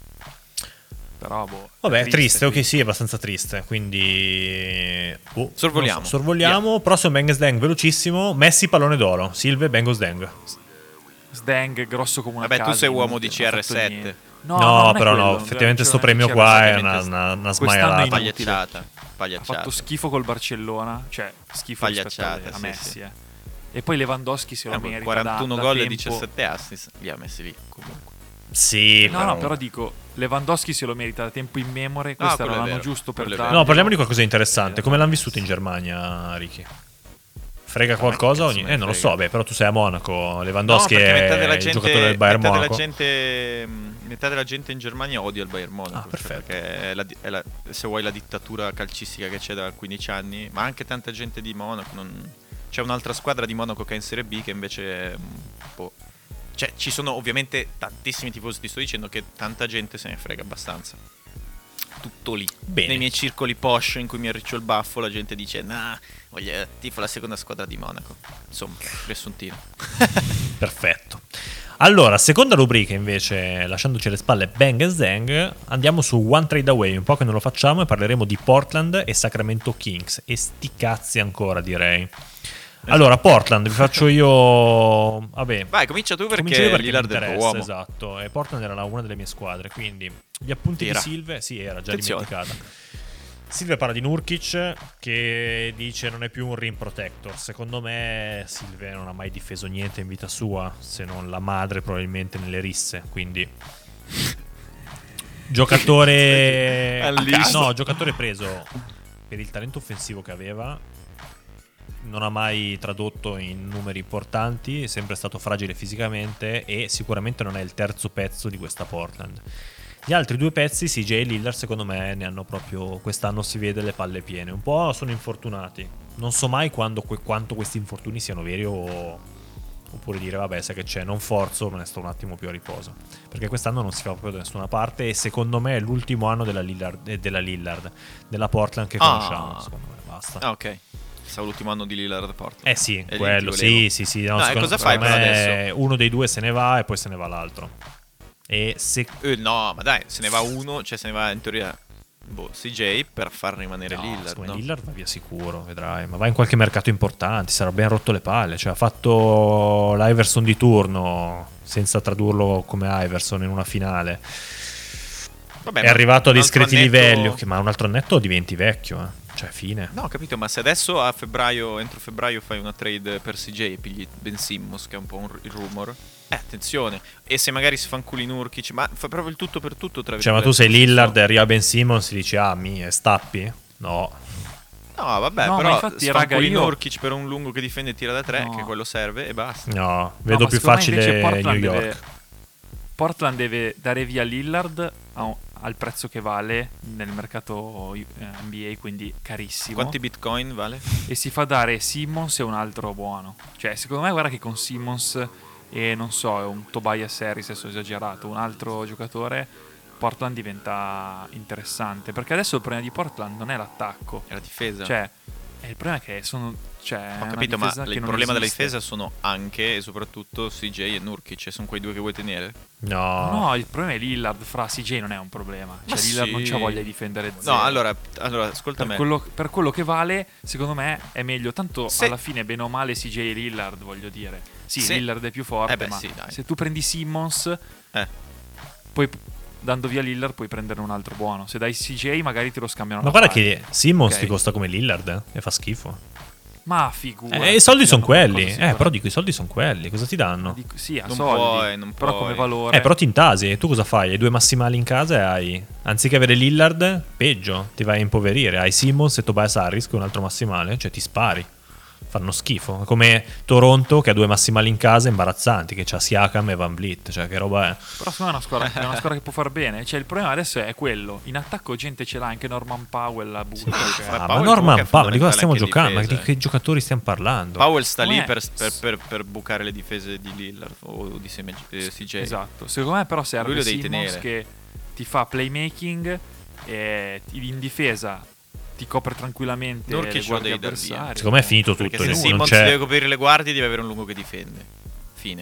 Però, boh. Vabbè, triste, triste, ok, triste. sì, abbastanza triste. Quindi. boh, Sorvoliamo. non so, sorvoliamo. Prossimo Bang Dang, velocissimo. Messi, pallone d'oro. Silve, Bang Dang. Sdang grosso come una Vabbè, tu casa, sei uomo inutile, di non C ha R fatto sette. niente. No, non è però quello, no, non effettivamente sto ragione, premio C R sette qua è ovviamente una, una, una quest'anno smagliata. è inutile. Pagliacciata, Ha pagliacciata. fatto schifo col Barcellona, cioè schifo rispetto Pagliacciata, a sì, Messi, sì. eh. E poi Lewandowski se lo Eh, merita quarantuno da, da gol e tempo. diciassette assist, li ha messi lì comunque. Sì, No, però... no, però dico, Lewandowski se lo merita da tempo in memore, questo quello era è l'anno vero, giusto per quello è dargli. vero. No, parliamo di qualcosa di interessante. Come l'hanno vissuto in Germania, Ricky? Frega qualcosa cazzo ogni... me ne Eh, non lo frega. so, beh, però tu sei a Monaco. Lewandowski no, perché metà è della il gente, giocatore del Bayern metà Monaco. della gente, mh, metà della gente in Germania odia il Bayern Monaco. Ah, perfetto. Perché è la, di- è la- se vuoi la dittatura calcistica che c'è da quindici anni, ma anche tanta gente di Monaco. Non... C'è un'altra squadra di Monaco che è in Serie B che invece è un po'... Cioè, ci sono ovviamente tantissimi tifosi, ti sto dicendo che tanta gente se ne frega abbastanza. Tutto lì. Bene. Nei miei circoli posh in cui mi arriccio il baffo, la gente dice: nah, voglio, tifo la seconda squadra di Monaco. Insomma, riassuntino. Perfetto. Allora, seconda rubrica invece, lasciandoci alle spalle Bang and Zang, andiamo su One Trade Away, un po' che non lo facciamo, e parleremo di Portland e Sacramento Kings. E sti cazzi ancora, direi. Allora, Portland, vi faccio io... Vabbè, Vai, comincia tu perché, comincio io perché Lillard mi è il tuo interessa, uomo. esatto. E Portland era una delle mie squadre, quindi gli appunti Era. di Silve, sì, era già Attenzione. dimenticata. Silve parla di Nurkic che dice non è più un rim protector. Secondo me Silve non ha mai difeso niente in vita sua, se non la madre probabilmente nelle risse, quindi giocatore Al listo. no, giocatore preso per il talento offensivo che aveva, non ha mai tradotto in numeri importanti, è sempre stato fragile fisicamente e sicuramente non è il terzo pezzo di questa Portland. Gli altri due pezzi, C J e Lillard, secondo me ne hanno proprio, quest'anno si vede, le palle piene. Un po' sono infortunati. Non so mai quando, quanto questi infortuni siano veri o, oppure dire vabbè, sai che c'è, non forzo, me ne sto un attimo più a riposo. Perché quest'anno non si fa proprio da nessuna parte e secondo me è l'ultimo anno della Lillard, eh, della, Lillard della Portland che Ah. conosciamo. Secondo me basta. Ah, ok. Stavo l'ultimo anno di Lillard Portland. Eh sì, È lì quello, che ti volevo. sì, sì, sì. No, No, e secondo, cosa fai secondo però me adesso? uno dei due se ne va e poi se ne va l'altro. E se Eh, no, ma dai, se ne va uno, cioè se ne va in teoria boh, C J per far rimanere no, Lillard, secondo no? me Lillard va via sicuro, vedrai. Ma va in qualche mercato importante, sarà ben rotto le palle. Cioè ha fatto l'Iverson di turno senza tradurlo come Iverson in una finale. Vabbè, È ma arrivato a un altro discreti annetto- livelli, ok, ma un altro annetto diventi vecchio, eh. Cioè fine. No, ho capito, ma se adesso a febbraio, entro febbraio fai una trade per C J e pigli Ben Simmons, che è un po' un, il rumor, eh, attenzione. E se magari si fa un culo in Nurkic, ma fa proprio il tutto per tutto, tra Cioè ma tu virgolette, sei nel senso- Lillard e arriva Ben Simmons e dici ah mi e stappi? No. No, vabbè, No, ma però infatti, si fa un raga, culo in io- Nurkic per un lungo che difende e tira da tre, No. che quello serve, e basta. No, vedo No, ma più secondo me facile invece New Portland York. deve, Portland deve dare via Lillard a un- al prezzo che vale nel mercato eh, N B A, quindi carissimo. Quanti bitcoin vale? E si fa dare Simmons e un altro buono. Cioè, secondo me, guarda che con Simmons e non so, un Tobias Harris, adesso ho esagerato, un altro giocatore, Portland diventa interessante. Perché adesso il problema di Portland non è l'attacco. È la difesa. Cioè, eh, il problema è che sono. Cioè, Ho è una capito, ma difesa che il non problema della esiste. difesa sono anche e soprattutto C J e Nurkic, e sono quei due che vuoi tenere? No. No, il problema è Lillard. Fra C J non è un problema. Cioè, Ma Lillard sì. non c'ha voglia di difendere zero. No, allora, allora ascolta Per me. quello, per quello che vale, secondo me è meglio. Tanto Se- alla fine, bene o male, C J e Lillard, voglio dire. Sì, Se- Lillard è più forte, Eh beh, ma sì, dai. se tu prendi Simmons, Eh. poi dando via Lillard puoi prendere un altro buono. Se dai C J magari te lo scambiano. Ma alla guarda pari. che Simmons Ok. ti costa come Lillard eh, e fa schifo. Ma figura. Eh, i soldi sono quelli. Cosa Eh, sicura. però dico, i soldi sono quelli. Cosa ti danno? Dico- sì, a Non soldi. puoi, non però puoi. come valore. Eh, però ti intasi. Tu cosa fai? Hai due massimali in casa e hai. Anziché avere Lillard, peggio. Ti vai a impoverire. Hai Simmons e Tobias Harris, che è un altro massimale. Cioè, ti spari. Fanno schifo. Come Toronto, che ha due massimali in casa imbarazzanti. Che c'ha Siakam e Van Vliet. Cioè, che roba è? Però secondo me è una squadra, è una squadra che può far bene. Cioè, il problema adesso è quello. In attacco gente ce l'ha, anche Norman Powell la butta. cioè. Ma Ah, ma Powell Norman comunque è Powell, ma di cosa stiamo fondamentale anche in giocando? Ma di difesa, che giocatori stiamo parlando? Powell sta lì Com'è? per, per, per, per bucare le difese di Lillard o di Seme- eh, C J. Esatto. Secondo me però serve Lui lo devi Simmons tenere. che ti fa playmaking e in difesa ti copre tranquillamente Nurkic le lo guardie devi dar via. avversarie. Secondo me è finito tutto. Perché se non Simmons c'è- deve coprire le guardie deve avere un lungo che difende. Fine.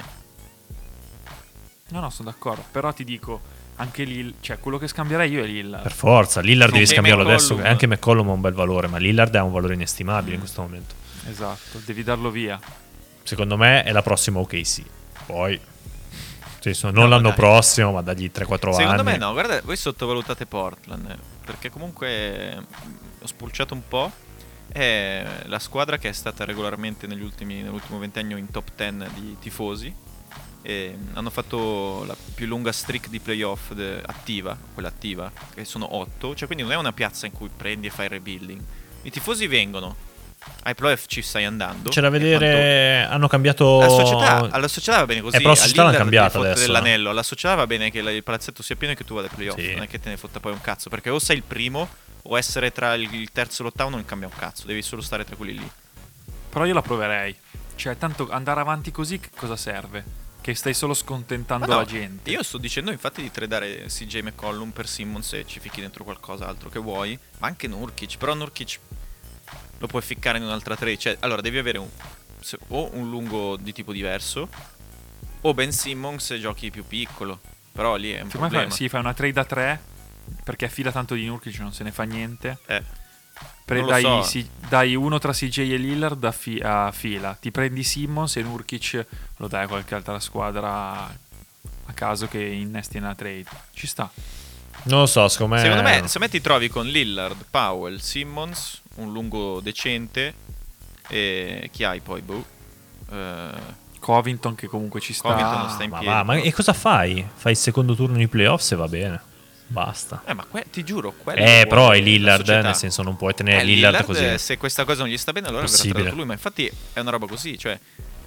No, no, sono d'accordo. Però ti dico, anche lì, cioè quello che scambierei io è Lillard. Per forza, Lillard Sì, devi scambiarlo adesso. McCollum. Anche McCollum ha un bel valore, ma Lillard ha un valore inestimabile Mm. in questo momento. Esatto, devi darlo via. Secondo me è la prossima O K C. Poi, sì, so- non No, l'anno dai. prossimo, ma dagli tre quattro anni. Secondo me no, guarda, voi sottovalutate Portland, eh, perché comunque eh, ho spulciato un po'. È la squadra che è stata regolarmente negli ultimi, nell'ultimo ventennio in top dieci di tifosi. E hanno fatto la più lunga streak di playoff de- attiva, quella attiva, che sono otto. Cioè, quindi non è una piazza in cui prendi e fai rebuilding. I tifosi vengono, ai playoff ci stai andando. C'è da e vedere. Hanno cambiato. quanto- La società, alla società va bene così. Eh, però la società a l'hanno Lillard cambiata ti fotte adesso. dell'anello. Alla società va bene che la- il palazzetto sia pieno e che tu vada ai playoff. Sì. Non è che te ne fotta poi un cazzo. Perché o sei il primo, o essere tra il, il terzo e l'ottavo non cambia un cazzo. Devi solo stare tra quelli lì. Però io la proverei. Cioè, tanto andare avanti così che cosa serve? Che stai solo scontentando Ma no, la gente. Io sto dicendo infatti di tradare C J McCollum per Simmons e ci ficchi dentro qualcos'altro che vuoi. Ma anche Nurkic. Però Nurkic lo puoi ficcare in un'altra trade. Cioè, allora devi avere un, se- o un lungo di tipo diverso, o Ben Simmons se giochi più piccolo. Però lì è un Secondo me problema. fa, sì, fai una trade a tre perché affila tanto di Nurkic, non se ne fa niente. Eh. Pre- Non lo dai, so. si- dai uno tra C J e Lillard a, fi- a fila. Ti prendi Simmons e Nurkic lo dai a qualche altra squadra a caso che innesti nella trade. Ci sta. Non lo so, secondo me... Secondo me, se me ti trovi con Lillard, Powell, Simmons, un lungo decente, e chi hai poi? Boh. Eh, Covington che comunque ci sta. Covington non sta in Ma, piedi. va, ma e cosa fai? Fai il secondo turno di playoffs e va bene. Basta. Eh, ma que- ti giuro, quello Eh, vuole però è la Lillard, società. nel senso non puoi tenere Eh, Lillard, così. eh, se questa cosa non gli sta bene, allora verrà Possibile. tradotto lui. Ma infatti è una roba così. Cioè,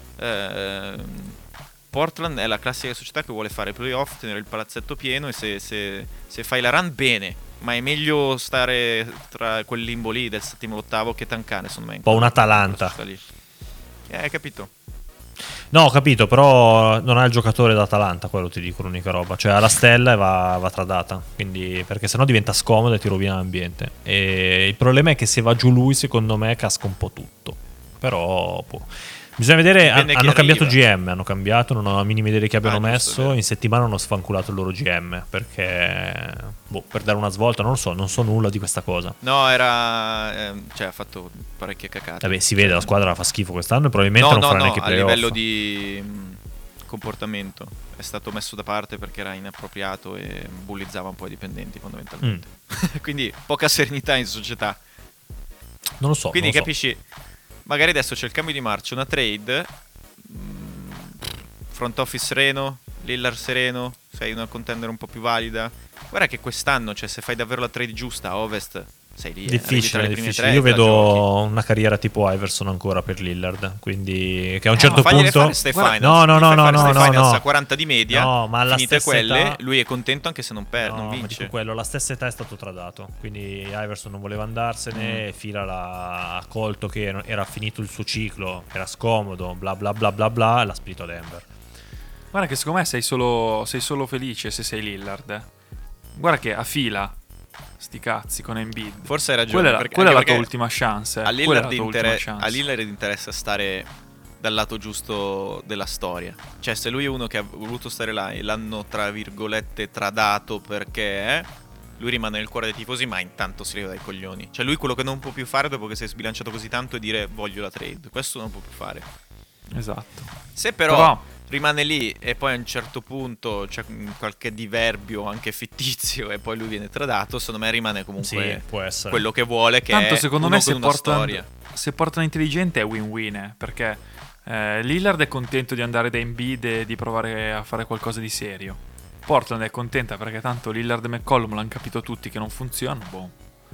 ehm, Portland è la classica società che vuole fare playoff, tenere il palazzetto pieno. E se, se, se fai la run, bene. Ma è meglio stare tra quel limbo lì del settimo e l'ottavo che tancare, secondo me. Un po' un Atalanta. Eh, hai capito? No, ho capito, però non ha il giocatore d'Atalanta, quello ti dico l'unica roba. Cioè ha la stella e va, va tradata. Quindi, perché sennò diventa scomoda e ti rovina l'ambiente. E il problema è che se va giù lui, secondo me, casca un po' tutto. Però boh. Bisogna vedere, Dipende han- chi hanno cambiato arriva. G M, hanno cambiato, non ho la minima idea di chi abbiano Ah, giusto, è messo. vero. In settimana hanno sfanculato il loro G M, perché boh, per dare una svolta, non lo so, non so nulla di questa cosa. No, era... ehm, cioè, ha fatto parecchie cacate. Vabbè, si vede, la squadra fa schifo quest'anno e probabilmente No, non no, farà no, neanche a playoff. livello di mh, comportamento è stato messo da parte perché era inappropriato e bullizzava un po' i dipendenti fondamentalmente. Mm. Quindi poca serenità in società. Non lo so. Quindi non lo so. capisci, magari adesso c'è il cambio di marcia, una trade, mh, front office sereno, Lillard sereno, sei una contender un po' più valida. Guarda che quest'anno, cioè se fai davvero la trade giusta a Ovest, sei lì. eh, arrivi tra Difficile, le prime difficile. tre Io e te la vedo giochi. una carriera tipo Iverson ancora per Lillard. Quindi che a un Eh, certo ma fagliele punto. fare ste Guarda- finals. No, no, Gli no, fai no, fare no, ste no, finals no. a quaranta di media. No, ma alla finite stessa quelle, età- lui è contento anche se non, per, No, non ma vince. dico quello, alla stessa età è stato tradato. Quindi Iverson non voleva andarsene. Mm. Fila l'ha ha colto che era finito il suo ciclo, era scomodo, bla bla bla bla bla, e l'ha spedito a Denver. Guarda che secondo me sei solo, sei solo felice se sei Lillard. eh. Guarda che a fila, sti cazzi con Embiid. Forse hai ragione. Quella, è la- perché- quella è la anche tua perché ultima chance. eh. A Quella è Lillard, la tua inter- ultima chance. a Lillard interessa stare dal lato giusto della storia. Cioè, se lui è uno che ha voluto stare là e l'hanno, tra virgolette, tradato perché eh, lui rimane nel cuore dei tifosi, ma intanto si leva dai coglioni. Cioè, lui quello che non può più fare dopo che si è sbilanciato così tanto è dire voglio la trade. Questo non può più fare. Esatto. Se però, Però- rimane lì e poi a un certo punto c'è qualche diverbio anche fittizio e poi lui viene tradato, secondo me rimane comunque Sì, può essere. quello che vuole, che Tanto è secondo uno me con se una Portland, storia. se Portland intelligente è win-win, eh, perché eh, Lillard è contento di andare da Embiid e di provare a fare qualcosa di serio. Portland è contenta perché tanto Lillard e McCollum l'hanno capito tutti che non funzionano, boh.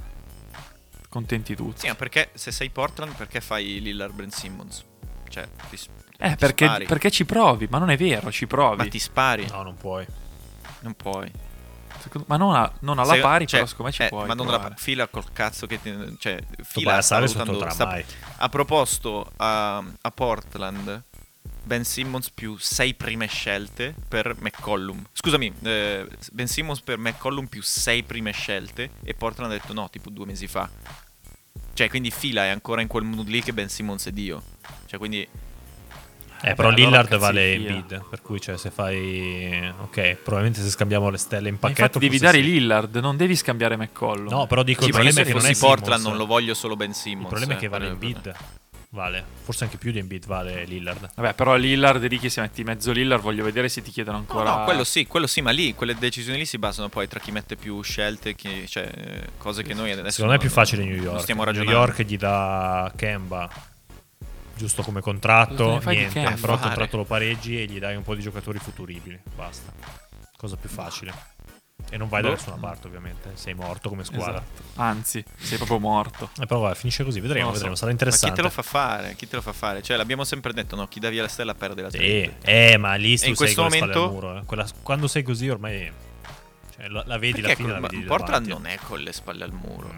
Contenti tutti. Sì, ma perché se sei Portland, perché fai Lillard Ben Simmons? Cioè, ti, eh, ti perché, spari. perché ci provi, ma non è vero, ci provi. Ma ti spari, No, non puoi. non puoi. Secondo- ma non, a- non alla Se- pari, cioè, però secondo me ci eh, puoi ma non alla provare. pa- fila col cazzo che ti, cioè, fila Tobias sta Harris non valutando- tornerà sta- mai. ha proposto a, a Portland Ben Simmons più sei prime scelte per McCollum. Scusami, eh, Ben Simmons per McCollum più sei prime scelte e Portland ha detto no, tipo due mesi fa. Cioè, quindi fila è ancora in quel mood lì che Ben Simmons è Dio. Cioè, quindi Eh, però allora Lillard cazzi vale via. Embiid, per cui cioè se fai ok, probabilmente se scambiamo le stelle in Ma pacchetto infatti devi forse dare sì. Lillard, non devi scambiare McCollum. No, però dico sì, il ma io problema è se che non è fossi Portland Simmons. non lo voglio solo Ben Simmons. Il problema è eh, che vale per- Embiid. Vale, forse anche più di Embiid vale Lillard. Vabbè, però Lillard lì che si metti mezzo Lillard, voglio vedere se ti chiedono No, ancora. no, quello sì, quello sì, ma lì quelle decisioni lì si basano poi tra chi mette più scelte, chi, cioè eh, cose che noi adesso Secondo me è più non- facile New non York. stiamo New ragionando. York gli dà Kemba giusto come Cosa contratto, ne fai di niente, Kemba? però il Fare. contratto lo pareggi e gli dai un po' di giocatori futuribili, basta. Cosa più facile. E non vai da Boh. nessuna parte, ovviamente. Sei morto come squadra. Esatto. Anzi, sei proprio morto. Eh, però vabbè, finisce così, vedremo, Non lo so. vedremo. Sarà Ma chi interessante. te lo fa fare? Chi te lo fa fare? Cioè, l'abbiamo sempre detto, no? Chi dà via la stella perde la Sì, trade. eh, ma lì E tu in sei questo con le spalle momento- al muro. eh. Quella- quando sei così ormai cioè, la, la vedi Perché la fine, col- la ma vedi Portland davanti. non è con le spalle al muro.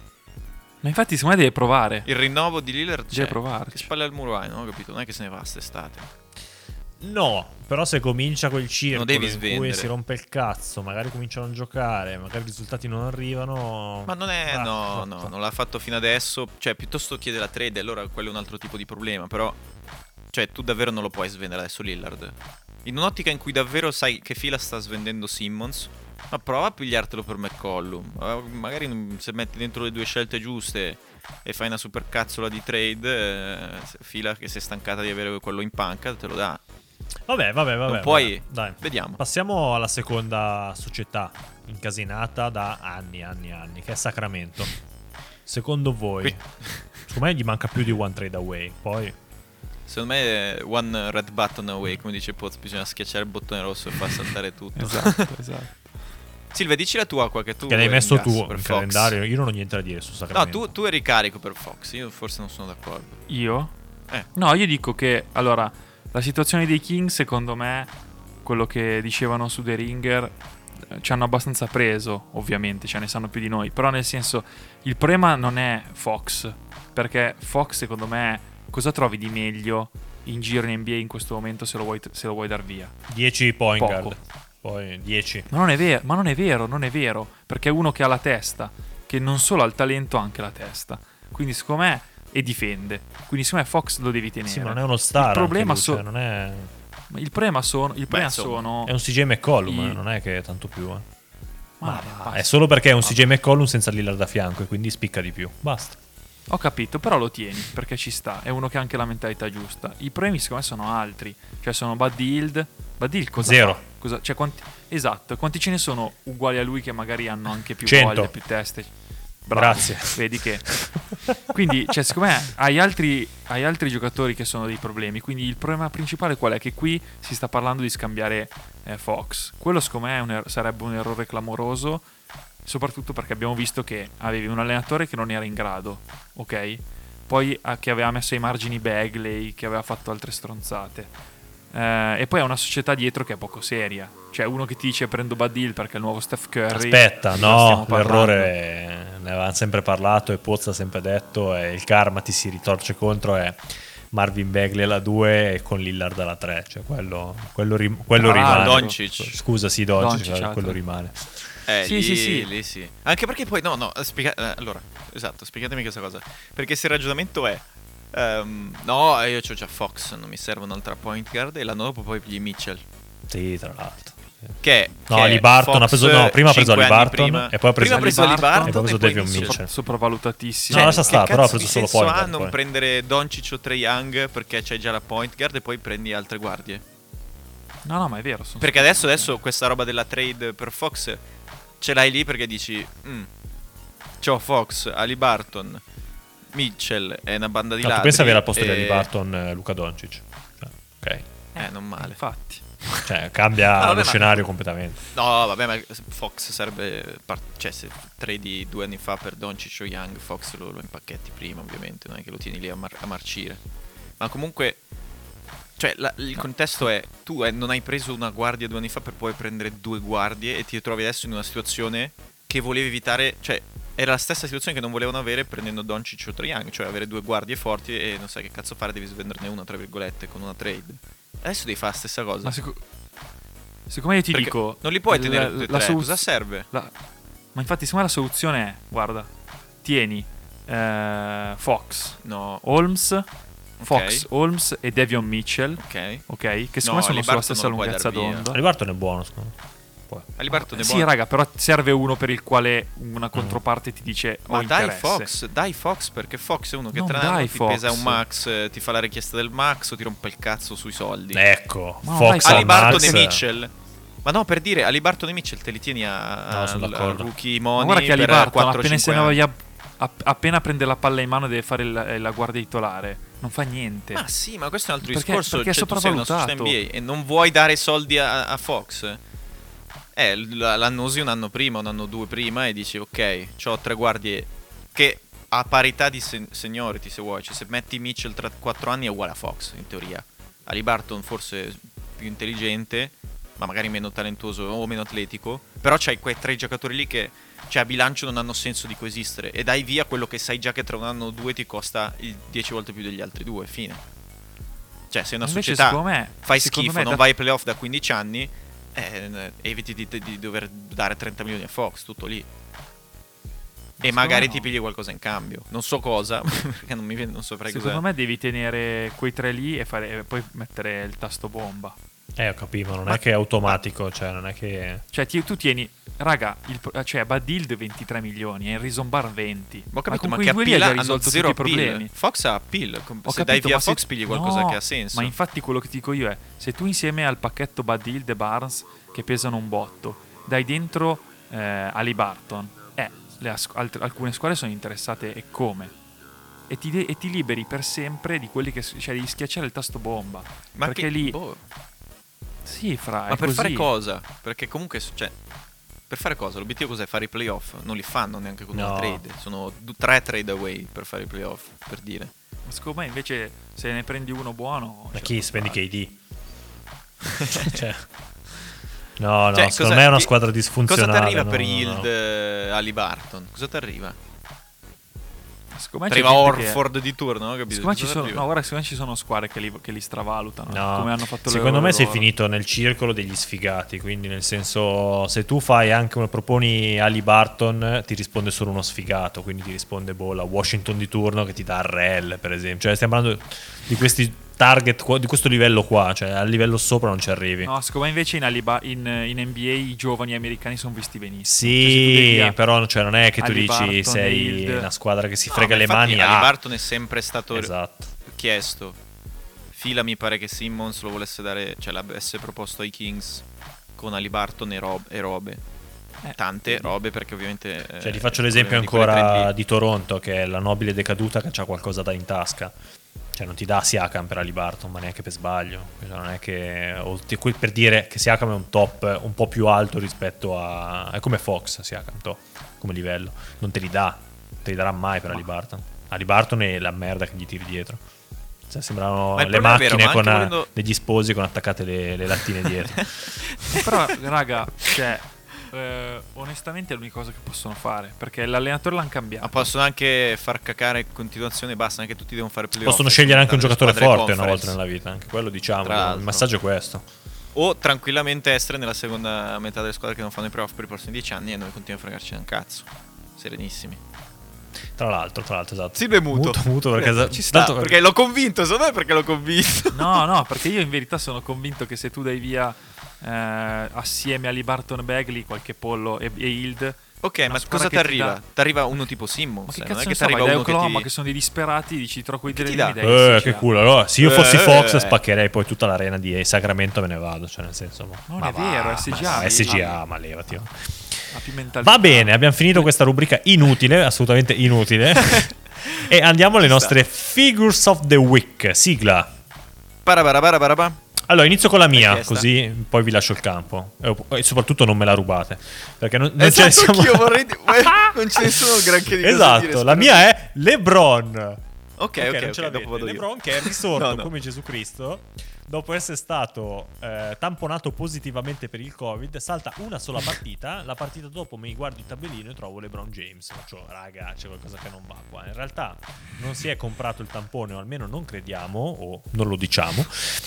Ma infatti, secondo me deve provare. Il rinnovo di Lillard c'è. Deve provarci. Che spalle al muro hai, no? Ho capito? Non è che se ne va quest'estate. No, però se comincia quel circolo devi in cui svendere. si rompe il cazzo, magari cominciano a giocare, magari i risultati non arrivano. Ma non è, Ah, no, no. no, non l'ha fatto fino adesso. Cioè, piuttosto chiede la trade, allora quello è un altro tipo di problema. Però, cioè, tu davvero non lo puoi svendere adesso Lillard. In un'ottica in cui davvero sai che fila sta svendendo Simmons, ma prova a pigliartelo per McCollum. Eh, Magari non- se metti dentro le due scelte giuste e fai una super cazzola di trade, eh, se- fila che si è stancata di avere quello in panca, te lo dà. Vabbè, vabbè, vabbè. Non puoi... vabbè, dai. Vediamo. Passiamo alla seconda società incasinata da anni, anni, anni, che è Sacramento. Secondo voi? Qui- Secondo me gli manca più di one trade away. Poi Secondo me è one red button away, come dice Poz, bisogna schiacciare il bottone rosso e far saltare tutto. Esatto, esatto. Silvia, dici la tua qua che tu che l'hai eri messo in gas tu per in Fox. calendario. Io non ho niente da dire su No, Sacramento. tu, tu eri carico per Fox, io forse non sono d'accordo. Io? Eh. No, io dico che, allora, la situazione dei Kings, secondo me, quello che dicevano su The Ringer, eh, ci hanno abbastanza preso, ovviamente, cioè ne sanno più di noi. Però nel senso, il problema non è Fox, perché Fox, secondo me, cosa trovi di meglio in giro in N B A in questo momento se lo vuoi, se lo vuoi dar via? dieci point Poco. guard. Poi dieci. Ma non è vero, ma non è vero, non è vero, perché è uno che ha la testa, che non solo ha il talento, ha anche la testa. Quindi secondo me e difende. Quindi secondo me Fox lo devi tenere. Sì, ma non è uno star. Il problema anche lui, so- cioè, non è... Il problema sono, il problema insomma, sono È un C J McCollum, I- eh, non è che è tanto più. Eh. Ma Ma basta. è solo perché è un C J McCollum senza Lillard da fianco e quindi spicca di più. Basta. Ho capito, però lo tieni perché ci sta, è uno che ha anche la mentalità giusta. I problemi secondo me sono altri, cioè sono Buddy Hield. Buddy Hield cosa Zero. fa? Cosa, cioè quanti, esatto, quanti ce ne sono uguali a lui che magari hanno anche più cento. voglia, più teste? Bravo, Grazie. Vedi che... Quindi, cioè, secondo me hai altri, hai altri giocatori che sono dei problemi. Quindi il problema principale qual è? Che qui si sta parlando di scambiare eh, Fox. Quello secondo me è un er- sarebbe un errore clamoroso, soprattutto perché abbiamo visto che avevi un allenatore che non era in grado, ok? Poi ah, che aveva messo ai margini Bagley, che aveva fatto altre stronzate. Eh, e poi ha una società dietro che è poco seria. Cioè uno che ti dice prendo Badil perché è il nuovo Steph Curry. Aspetta, ne stiamo no, parlando. l'errore è- ne avevamo sempre parlato e Pozza ha sempre detto e il karma ti si ritorce contro è Marvin Bagley alla due e con Lillard alla tre, cioè quello, quello, rim- quello Ah, rimane. Doncic. Scusa, sì, Doncic, Doncic, eh, quello altro. rimane. Eh, Sì, lì, sì, sì. lì sì. Anche perché poi, no, no, spiega- eh, allora, esatto, spiegatemi questa cosa. Perché se il ragionamento è, ehm, no, io c'ho già Fox, non mi serve un'altra point guard, e l'anno dopo poi pigli Mitchell. Sì, tra l'altro. Che, No, che Ali Barton Fox ha preso- no, prima ha preso cinque Ali anni Barton prima. e poi ha preso Prima ha preso Ali Ali Barton Barton e poi ha preso poi Davion Mitchell. Mitchell. Sopravvalutatissimo. No, lascia che stare, però ha cazzo preso di solo senso point ha guard, non poi. prendere Doncic o Trae Young perché c'hai già la point guard e poi prendi altre guardie? No, no, ma è vero. sono Perché adesso, adesso questa roba della trade per Fox ce l'hai lì perché dici mm, c'ho Fox, Ali Barton, Mitchell e una banda di No, tu ladri. pensa avere al posto di e- Ali Barton eh, Luka Doncic? Ok. Eh, non male. Infatti. Cioè, cambia No, vabbè, lo ma- scenario completamente. No, vabbè, ma Fox sarebbe. Par- cioè, se tradi due anni fa per Doncic o Young, Fox lo, lo impacchetti prima, ovviamente. Non è che lo tieni lì a, mar- a marcire. Ma comunque. Cioè, la- il contesto è: tu eh, non hai preso una guardia due anni fa per poi prendere due guardie e ti trovi adesso in una situazione che volevi evitare. Cioè, era la stessa situazione che non volevano avere prendendo Doncic o Trae Young, cioè avere due guardie forti e non sai che cazzo fare, devi svenderne una, tra virgolette, con una trade. Adesso devi fare la stessa cosa. Ma seco- secondo me io ti Perché dico... non li puoi la- tenere tutti e la tre, soluz- cosa serve? la- Ma infatti secondo me la soluzione è, guarda, tieni eh, Fox, No, Holmes, Fox, Holmes e Davion Mitchell, ok. ok? Che No, secondo me sono Ali sulla Barton stessa non lo puoi lunghezza dar via. d'onda. Ali Barton è buono, secondo me. Poi. Ali Barton è Eh, sì, buono. raga, però serve uno per il quale una controparte ti dice ho Ma dai interesse. Fox, dai Fox, perché Fox è uno che Non tra dai l'anno ti Fox. pesa un max, eh, ti fa la richiesta del max o ti rompe il cazzo sui soldi. Ecco, Ma no, Fox dai, al Ali Barton max. e Mitchell. Ma no, per dire, Ali Barton e Mitchell te li tieni a, No, a- sono al d'accordo. rookie Ma money guarda che Ali per Barton quattro appena, se cinque ne anni. voglia- app- appena prende la palla in mano deve fare il- la guardia titolare. Non fa niente. Ma sì, ma questo è un altro Perché- discorso. perché è Cioè, tu sei una società N sopravvalutato. B A e non vuoi dare soldi a, a Fox. Eh, l- l'hanno usi un anno prima, un anno due prima e dici ok, ho tre guardie che a parità di sen- seniority se vuoi, cioè se metti Mitchell tra quattro anni è uguale a Fox in teoria. Ali Barton forse più intelligente, ma magari meno talentuoso o meno atletico, però c'hai quei tre giocatori lì che cioè, a bilancio non hanno senso di coesistere e dai via quello che sai già che tra un anno o due ti costa il dieci volte più degli altri due, fine. Cioè sei una Invece, società, secondo me, fai secondo schifo, me non da- vai ai playoff da quindici anni, eh, eviti di, di dover dare trenta milioni a Fox, tutto lì. E Secondo magari me ti no. pigli qualcosa in cambio. Non so cosa, perché non mi viene, non saprei Secondo cos'è. me devi tenere quei tre lì e, fare, e poi mettere il tasto bomba. Eh, ho capito, non Ma- è che è automatico, cioè non è che... Cioè ti- tu tieni raga, il, cioè Bad Hill ventitré milioni e Harrison Barr venti. Ma ho capito, con ma, quei che due lì hai appeal già hanno risolto zero tutti i appeal. problemi. Fox ha appeal. Com- Ho se capito, dai via ma se- Fox pigli qualcosa no, che ha senso. Ma infatti quello che ti dico io è, se tu insieme al pacchetto Bad Hill e Barnes, che pesano un botto, dai dentro eh, Haliburton, eh, le as- altre- alcune squadre sono interessate e come? E ti, de- e ti liberi per sempre di quelli che... cioè devi schiacciare il tasto bomba. Ma perché che, lì... boh. Sì, fra, Ma è per così. fare cosa? Perché comunque, cioè, per fare cosa? L'obiettivo cos'è? Fare i playoff? Non li fanno neanche con No. una trade. Sono du- tre trade away per fare i playoff, per dire. Ma secondo me invece se ne prendi uno buono... Ma ce chi la spendi fai. K D? Cioè, no, no, Cioè, secondo cosa- me è una chi- squadra disfunzionale. Cosa ti arriva no, per no, Hield no. eh, Haliburton? Cosa ti arriva? Secondo me c'è Arriva gente che- Horford di turno, no? Capito? Secondo me ci Cosa sono, arriva? no, guarda, secondo me ci sono squadre che li, che li stravalutano. No, come hanno fatto le secondo me loro- sei finito nel circolo degli sfigati, quindi nel senso se tu fai anche una proponi Haliburton ti risponde solo uno sfigato, quindi ti risponde boh, la Washington di turno che ti dà Arrel per esempio, cioè stiamo parlando di questi target qua- di questo livello qua, cioè al livello sopra non ci arrivi. No, secondo me invece in, Aliba- in, in N B A i giovani americani sono visti benissimo. Cioè, se tu Sì, devi via però cioè, non è che tu dici Haliburton, sei Hield. una squadra che si No, frega ma le infatti mani. Ah, Haliburton è sempre stato esatto. chiesto. Fila mi pare che Simmons lo volesse dare, cioè l'avesse proposto ai Kings con Haliburton e, rob- e robe. Eh, Tante vedi. robe perché ovviamente... Cioè, eh, ti faccio il l'esempio problema di quelle ancora tre D. di Toronto, che è la nobile decaduta che ha qualcosa da in tasca. Cioè, non ti dà Siakam per Haliburton, ma neanche per sbaglio. Cioè, non è che. o ti- que- per dire che Siakam è un top un po' più alto rispetto a. È come Fox, Siakam, to, come livello. Non te li dà, non te li darà mai per Haliburton. Haliburton è la merda che gli tiri dietro. Cioè, sembrano Ma il le problema è vero, macchine ma con anche eh, volendo- degli sposi con attaccate le, le lattine dietro. Però, raga, cioè, eh, onestamente è l'unica cosa che possono fare. Perché l'allenatore l'hanno cambiato. Ma possono anche far cacare in continuazione, basta, non è che tutti devono fare playoff. Possono scegliere anche un diventare giocatore le forte squadre una volta conference. nella vita, anche quello diciamo. Tra Il l'altro. messaggio è questo. O tranquillamente essere nella seconda metà delle squadre che non fanno i playoff per i prossimi dieci anni e noi continuiamo a fregarci da un cazzo. Serenissimi. Tra l'altro, tra l'altro, esatto. Silvio è muto. Muto, muto perché Eh, ci sta, tanto- perché l'ho convinto, secondo me perché l'ho convinto. No, no, perché io in verità sono convinto che se tu dai via eh, assieme a Haliburton, Bagley, qualche pollo e, e Hield. Ok, una ma squadra cosa ti che ti arriva? dà- Ti arriva uno tipo Simmons, Ma che eh, cazzo non è ne che so, ti vai arriva da uno che Oklahoma ti... che sono dei disperati, dici trovo quei Che ti dei dà? dai Eh, sì, che cioè. culo. Allora, se io fossi Eh, Fox, eh. spaccherei poi tutta l'arena di Sacramento e me ne vado. Cioè, nel senso, ma, Non ma è vero, va, S G A, ma lì. S G A, ma levati. oh. Ha più mentalità. Va bene, abbiamo finito questa rubrica inutile, assolutamente inutile. E andiamo alle Ci nostre Figures of the Week. Sigla. Parabarabarabara. Allora, inizio con la mia, Richiesta. così poi vi lascio il campo. E e soprattutto non me la rubate. Perché non, non ce ne Esatto, siamo... anch'io vorrei di- non ce ne sono granché di cose da Esatto, dire, la spero mia di- è LeBron. Ok, Ok, ok, non ok, ce l'avete. dopo vado io. LeBron che è risorto No, no. come Gesù Cristo dopo essere stato eh, tamponato positivamente per il Covid, salta una sola partita, la partita dopo mi guardo il tabellino e trovo LeBron James. Faccio, raga, c'è qualcosa che non va qua. In realtà non si è comprato il tampone, o almeno non crediamo, o non lo diciamo.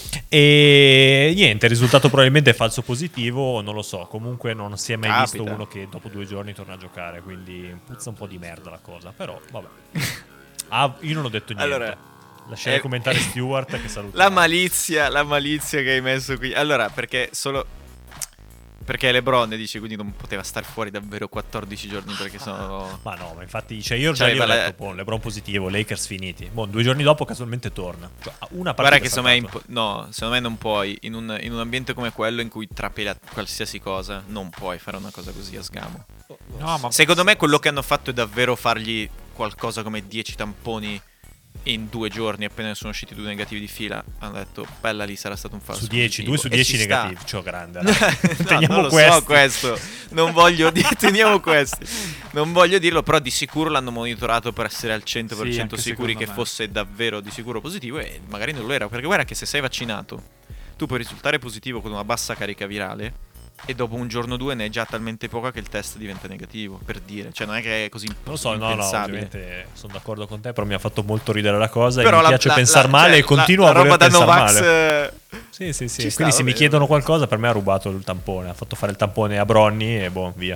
E niente, il risultato probabilmente è falso positivo, non lo so. Comunque non si è mai Capita. visto uno che dopo due giorni torna a giocare, quindi puzza un po' di merda la cosa. Però, vabbè. Ah, io non ho detto niente. Allora, Lasciare eh, commentare Stewart che saluta. La malizia, la malizia che hai messo qui. Allora, perché solo perché LeBron dici, quindi non poteva star fuori davvero quattordici giorni perché sono Ma no, ma infatti, cioè io già Cioè, gli ho ma la- detto, boh, LeBron positivo, Lakers finiti. Boh, due giorni dopo casualmente torna. Cioè, una partita Guarda che secondo me, saltato. impo- no, secondo me non puoi in un, in un ambiente come quello in cui trapela qualsiasi cosa, non puoi fare una cosa così a sgamo. No, ma Secondo me quello che hanno fatto è davvero fargli qualcosa come dieci tamponi in due giorni appena ne sono usciti due negativi di fila. Hanno detto, bella lì, sarà stato un falso Su dieci, positivo. due su E dieci ci sta. negativi. Cioè, grande. No, raga. Teniamo non lo questi. so questo, non voglio dire, teniamo questi, non voglio dirlo, però di sicuro l'hanno monitorato per essere al cento per Sì, cento anche sicuri secondo che me. fosse davvero di sicuro positivo e magari non lo era, perché guarda che se sei vaccinato tu puoi risultare positivo con una bassa carica virale e dopo un giorno o due ne hai già talmente poca che il test diventa negativo, per dire, cioè non è che è così Non lo so, no, no, impensabile. ovviamente sono d'accordo con te, però mi ha fatto molto ridere la cosa Però e mi la- piace la- pensare la- male cioè, e continuo la, a la voler roba da pensare Novax male. eh, Sì, sì, sì. Ci sta, Quindi se va mi bene, chiedono va bene. qualcosa, per me ha rubato il tampone. Ha fatto fare il tampone a Bronny e boh, via.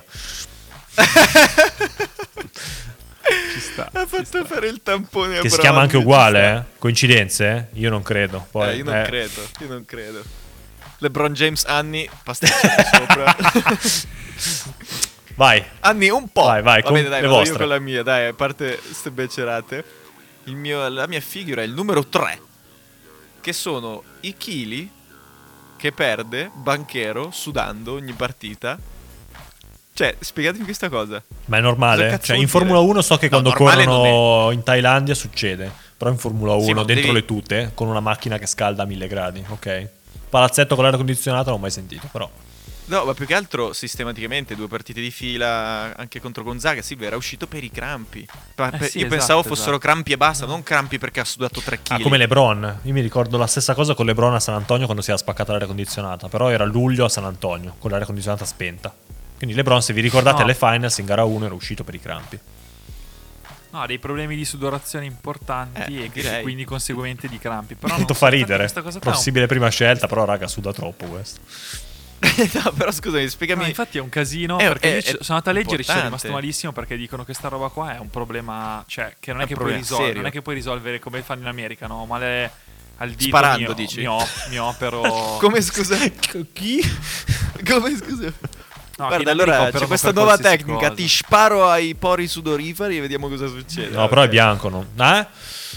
ci sta. ha fatto fare il tampone a Che si Bronny, chiama anche ci uguale, sta. eh? Coincidenze? eh? Io non credo. Poi, Eh, io non eh, credo, io non credo. LeBron James anni, pasticciato sopra. Vai. Anni un po'. Vai, vai, Va con bene, dai, le vado vostre. io con la mia, dai, a parte ste becerate. Il mio, la mia figura è il numero tre, che sono i chili che perde Banchero sudando ogni partita. Cioè, spiegatemi questa cosa. Ma è Cosa normale? cazzo Cioè, vuol in Formula dire? uno so che No, quando normale corrono in Thailandia succede. Però in Formula uno, Sì, ma dentro devi- le tute, con una macchina che scalda a mille gradi, ok? Palazzetto con l'aria condizionata non l'ho mai sentito, però. No, ma più che altro sistematicamente due partite di fila anche contro Gonzaga, sì, era uscito per i crampi. Pa- Eh per- sì, io esatto, pensavo fossero esatto. crampi e basta, non crampi perché ha sudato tre chili. Ah, come LeBron. Io mi ricordo la stessa cosa con LeBron a San Antonio quando si era spaccata l'aria condizionata. Però era luglio a San Antonio, con l'aria condizionata spenta. Quindi LeBron, se vi ricordate, No. alle finals in gara uno era uscito per i crampi. No, ha dei problemi di sudorazione importanti Eh, e che- direi. quindi conseguentemente di crampi. Però Tanto non fa so, ridere. Questa cosa qua è un- Possibile prima scelta, però raga, suda troppo questo. No, però scusami, spiegami. No, infatti è un casino È- perché è- io ci- è sono andato a leggere e ci sono importante. rimasto malissimo perché dicono che sta roba qua è un problema, cioè che non è, È un che puoi problema risolvere, serio. non è che puoi risolvere come fanno in America, no? Male al dito Sparando, mi, dici? mi, op- mi opero. Come scusa? Chi? Come scusa? No, che in Guarda, America allora c'è operano questa per nuova qualsiasi tecnica, cosa. ti sparo ai pori sudoriferi e vediamo cosa succede. No, però è Ok. bianco, no? Eh?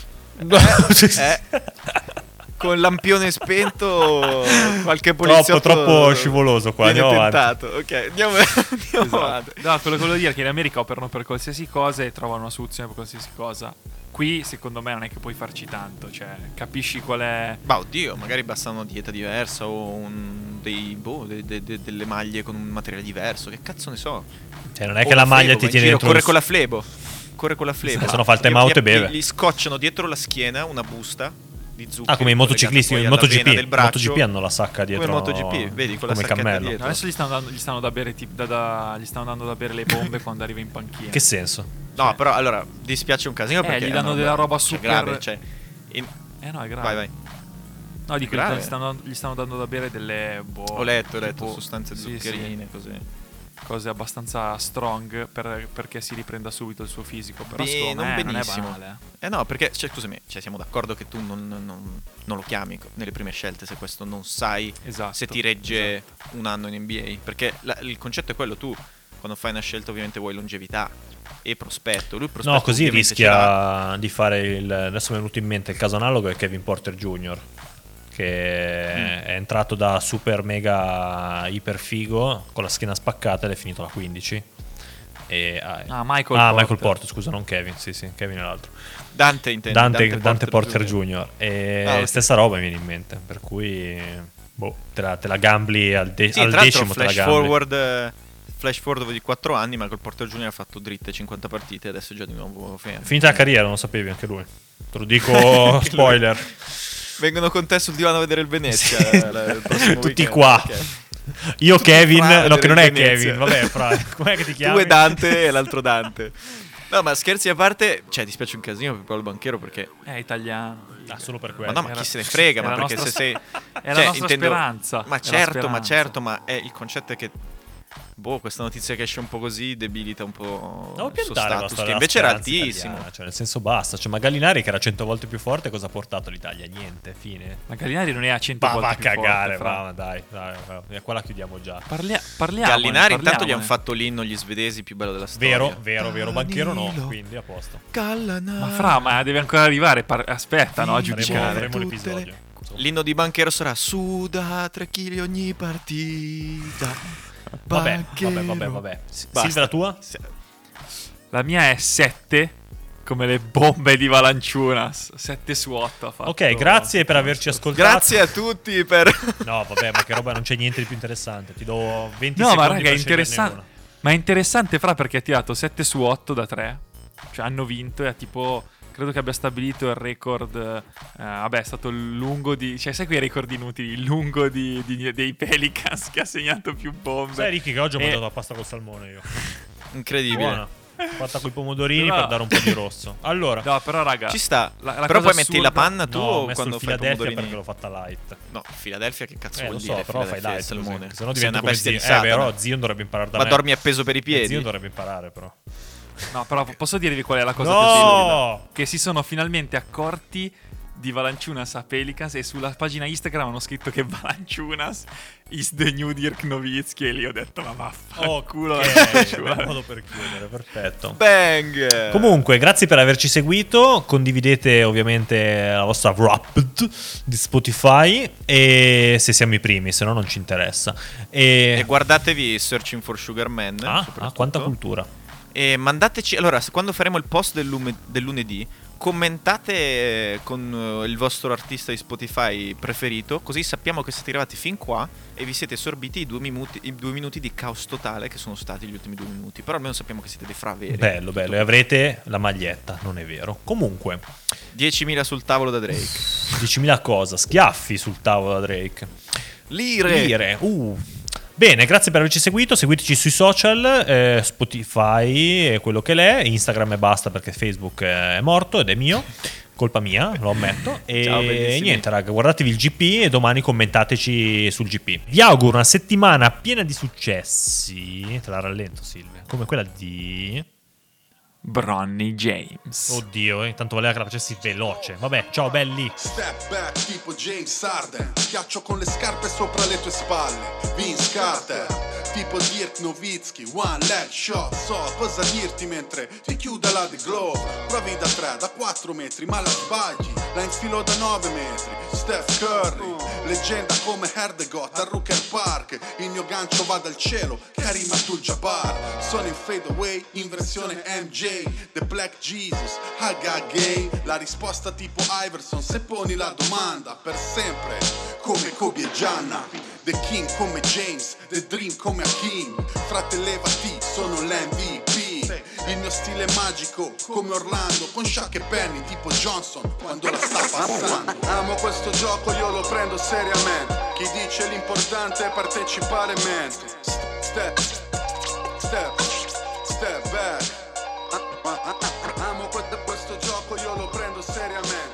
Eh, con il lampione spento, qualche Troppo, poliziotto troppo scivoloso qua, viene andiamo avanti. tentato. Ok, andiamo, andiamo Esatto. avanti. No, quello che volevo dire è che in America operano per qualsiasi cosa e trovano una soluzione per qualsiasi cosa. Qui, secondo me, non è che puoi farci tanto. Cioè, capisci qual è. Ma oddio, magari basta una dieta diversa o un, dei, boh, de- de- de- delle maglie con un materiale diverso. Che cazzo ne so? Cioè, non è O che la maglia flebo, ti va in tiene giro, dentro corre il- con la flebo. Corre con la flebo. Se no fa il time Gli- out e gli- beve. Gli scocciano dietro la schiena una busta di zucchero. Ah, come i motociclisti, collegata in poi alla vena MotoGP. del In braccio. MotoGP hanno la sacca dietro. Come MotoGP, vedi, con la come sacchetta cammello. dietro. Adesso gli stanno dando, gli stanno da bere tip- da- da- gli stanno dando da bere le bombe quando arriva in panchina. Che senso? No, però allora dispiace un casino Eh, perché gli è danno una della roba cioè, super- grave, cioè, in- Eh no, è grave. vai vai. No, dico, grave. gli stanno, gli stanno dando da bere delle boh, Ho letto, ho letto tipo- sostanze sì, zuccherine, sì, così. cose abbastanza strong per- perché si riprenda subito il suo fisico. Però Beh, secondo non me non è benissimo. banale. Eh no, perché cioè, scusami, cioè, siamo d'accordo che tu non, non- non lo chiami co- nelle prime scelte se questo non sai Esatto. se ti regge esatto. un anno in N B A. Perché la- il concetto è quello, tu quando fai una scelta ovviamente vuoi longevità e prospetto. Lui il prospetto No, così ovviamente ce l'ha. rischia di fare il. Adesso mi è venuto in mente il caso analogo è Kevin Porter Junior Che Mm. è entrato da super mega iper figo con la schiena spaccata ed è finito alla quindici. E, ah, Ah, Michael ah, Porter. Michael Porter, scusa, non Kevin. Sì, sì, Kevin è l'altro. Dante intendi, Dante, Dante Porter Junior Junior E Ah, ok. stessa roba mi viene in mente. Per cui, boh, te la, te la gambli al, de- Sì, al tra l'altro decimo. Te la flash gambli. forward, eh, flash forward di quattro anni, Michael Porter Junior ha fatto dritte cinquanta partite e adesso è già di nuovo fermo. Finita la carriera, non lo sapevi anche lui. Te lo dico, spoiler. Vengono con te sul divano a vedere il Venezia. Sì. la- la- il prossimo Tutti weekend, qua. ok. Io Tutti Kevin, fra a no, che non è vedere Venezia. Kevin, vabbè, fra, com'è che ti chiami? Tu e Dante e l'altro Dante. No, ma scherzi a parte, cioè dispiace un casino per Paolo Banchero perché È italiano. Ah, solo per ma quello. no, ma Era- chi se ne frega, è ma la perché nostra- se sei È la cioè, nostra intendo- speranza. Ma è la certo, ma speranza. certo, ma è il concetto è che boh, questa notizia che esce un po' così debilita un po' Devo il suo piantare la status, storia che della invece era speranza altissimo. italiana, cioè nel senso basta, cioè ma Gallinari che era cento volte più forte cosa ha portato all'Italia? Niente, fine. Ma Gallinari non è a cento Ma volte va a più cagare, forte, fra. va, dai, dai, dai, e qua la chiudiamo già. Parlia- parliamo. Gallinari intanto gli hanno fatto l'inno gli svedesi più bello della storia. Vero, vero, vero, Banchero no, Danilo. quindi a posto. Gallinari. Ma fra, ma deve ancora arrivare. par- aspetta, no, a Faremo- Faremo, giudicare. faremo tutte l'episodio. L'inno di Banchero sarà suda tre chili ogni partita. Vabbè, Banchero. vabbè, vabbè, vabbè. S- Basta. Silvia, la tua? La mia è sette, come le bombe di Valanciunas. sette su otto ha fatto. Ok, grazie per averci ascoltato. Grazie a tutti per No, vabbè, ma che roba, non c'è niente di più interessante. Ti do venti No, ma secondi raga, è per sceglierne interessante. una. Ma è interessante, fra, perché ha tirato sette su otto da tre. Cioè, hanno vinto e ha tipo. Credo che abbia stabilito il record. eh, vabbè, è stato il lungo di. Cioè, sai quei record inutili? Il lungo di, di- dei Pelicans che ha segnato più bombe. Sai Ricky che oggi ho E- mangiato la pasta col salmone io. incredibile. Buona. Fatta con i pomodorini Però- per dare un po' di rosso. Allora, No, però, raga. Ci sta. La- la Però cosa poi metti la assurda- panna tu no, ho o messo quando il fai i Philadelphia pomodorini? perché l'ho fatta light. No, Philadelphia che cazzo Eh, vuol lo so, dire? però fai Philadelphia light è salmone. così, se no Sei diventa una come bestia Zion. di Eh, Satana. però Zion dovrebbe imparare da Ma me. dormi appeso per i Eh, piedi? Zion dovrebbe imparare però. No, però posso dirvi qual è la cosa No! più assurda? Che si sono finalmente accorti di Valanciunas a Pelicans e sulla pagina Instagram hanno scritto che Valanciunas is the new Dirk Nowitzki e lì ho detto ma vaffanculo. Ok, bel modo per chiudere, perfetto. Bang! Comunque, grazie per averci seguito. Condividete ovviamente la vostra Wrapped di Spotify. E se siamo i primi, se no non ci interessa. E, E guardatevi Searching for Sugar Man. ah, ah, soprattutto. quanta cultura. E mandateci. Allora, se- quando faremo il post del, lume- del lunedì, commentate con eh, il vostro artista di Spotify preferito, così sappiamo che siete arrivati fin qua e vi siete sorbiti i due minuti, i due minuti di caos totale che sono stati gli ultimi due minuti. Però almeno sappiamo che siete dei fraveri. Bello, bello. E avrete la maglietta, non è vero. Comunque, diecimila sul tavolo da Drake. diecimila cosa? Schiaffi sul tavolo da Drake. Lire. Lire. Uh. Bene, grazie per averci seguito. Seguiteci sui social, eh, Spotify è quello che l'è, Instagram e basta perché Facebook è morto ed è mio. Colpa mia, lo ammetto. E Ciao, bellissimi. niente, raga, guardatevi il G P e domani commentateci sul G P. Vi auguro una settimana piena di successi. Te la rallento, Silvia. Come quella di... Bronny James. Oddio, eh, intanto voleva che la facessi veloce. Vabbè, ciao belli. Step back tipo James Harden, schiaccio con le scarpe sopra le tue spalle. Vince Carter, tipo Dirk Nowitzki, one leg shot. So cosa dirti mentre ti chiude la The Glove. Provi da tre, da quattro metri, ma la sbagli. La infilo da nove metri. Steph Curry, leggenda come Herdegot a Rooker Park. Il mio gancio va dal cielo, Karim Abdul-Jabbar. Sono in fadeaway in versione M J. The Black Jesus, Haga Gay. La risposta tipo Iverson se poni la domanda. Per sempre come Kobe e Gianna. The King come James, The Dream come Hakim. Frate levati, sono l'M V P. Il mio stile è magico come Orlando, con Shaq e Penny tipo Johnson quando la sta passando. Amo questo gioco, io lo prendo seriamente. Chi dice l'importante è partecipare mente. Step, step, step back. Amo questo gioco, io lo prendo seriamente.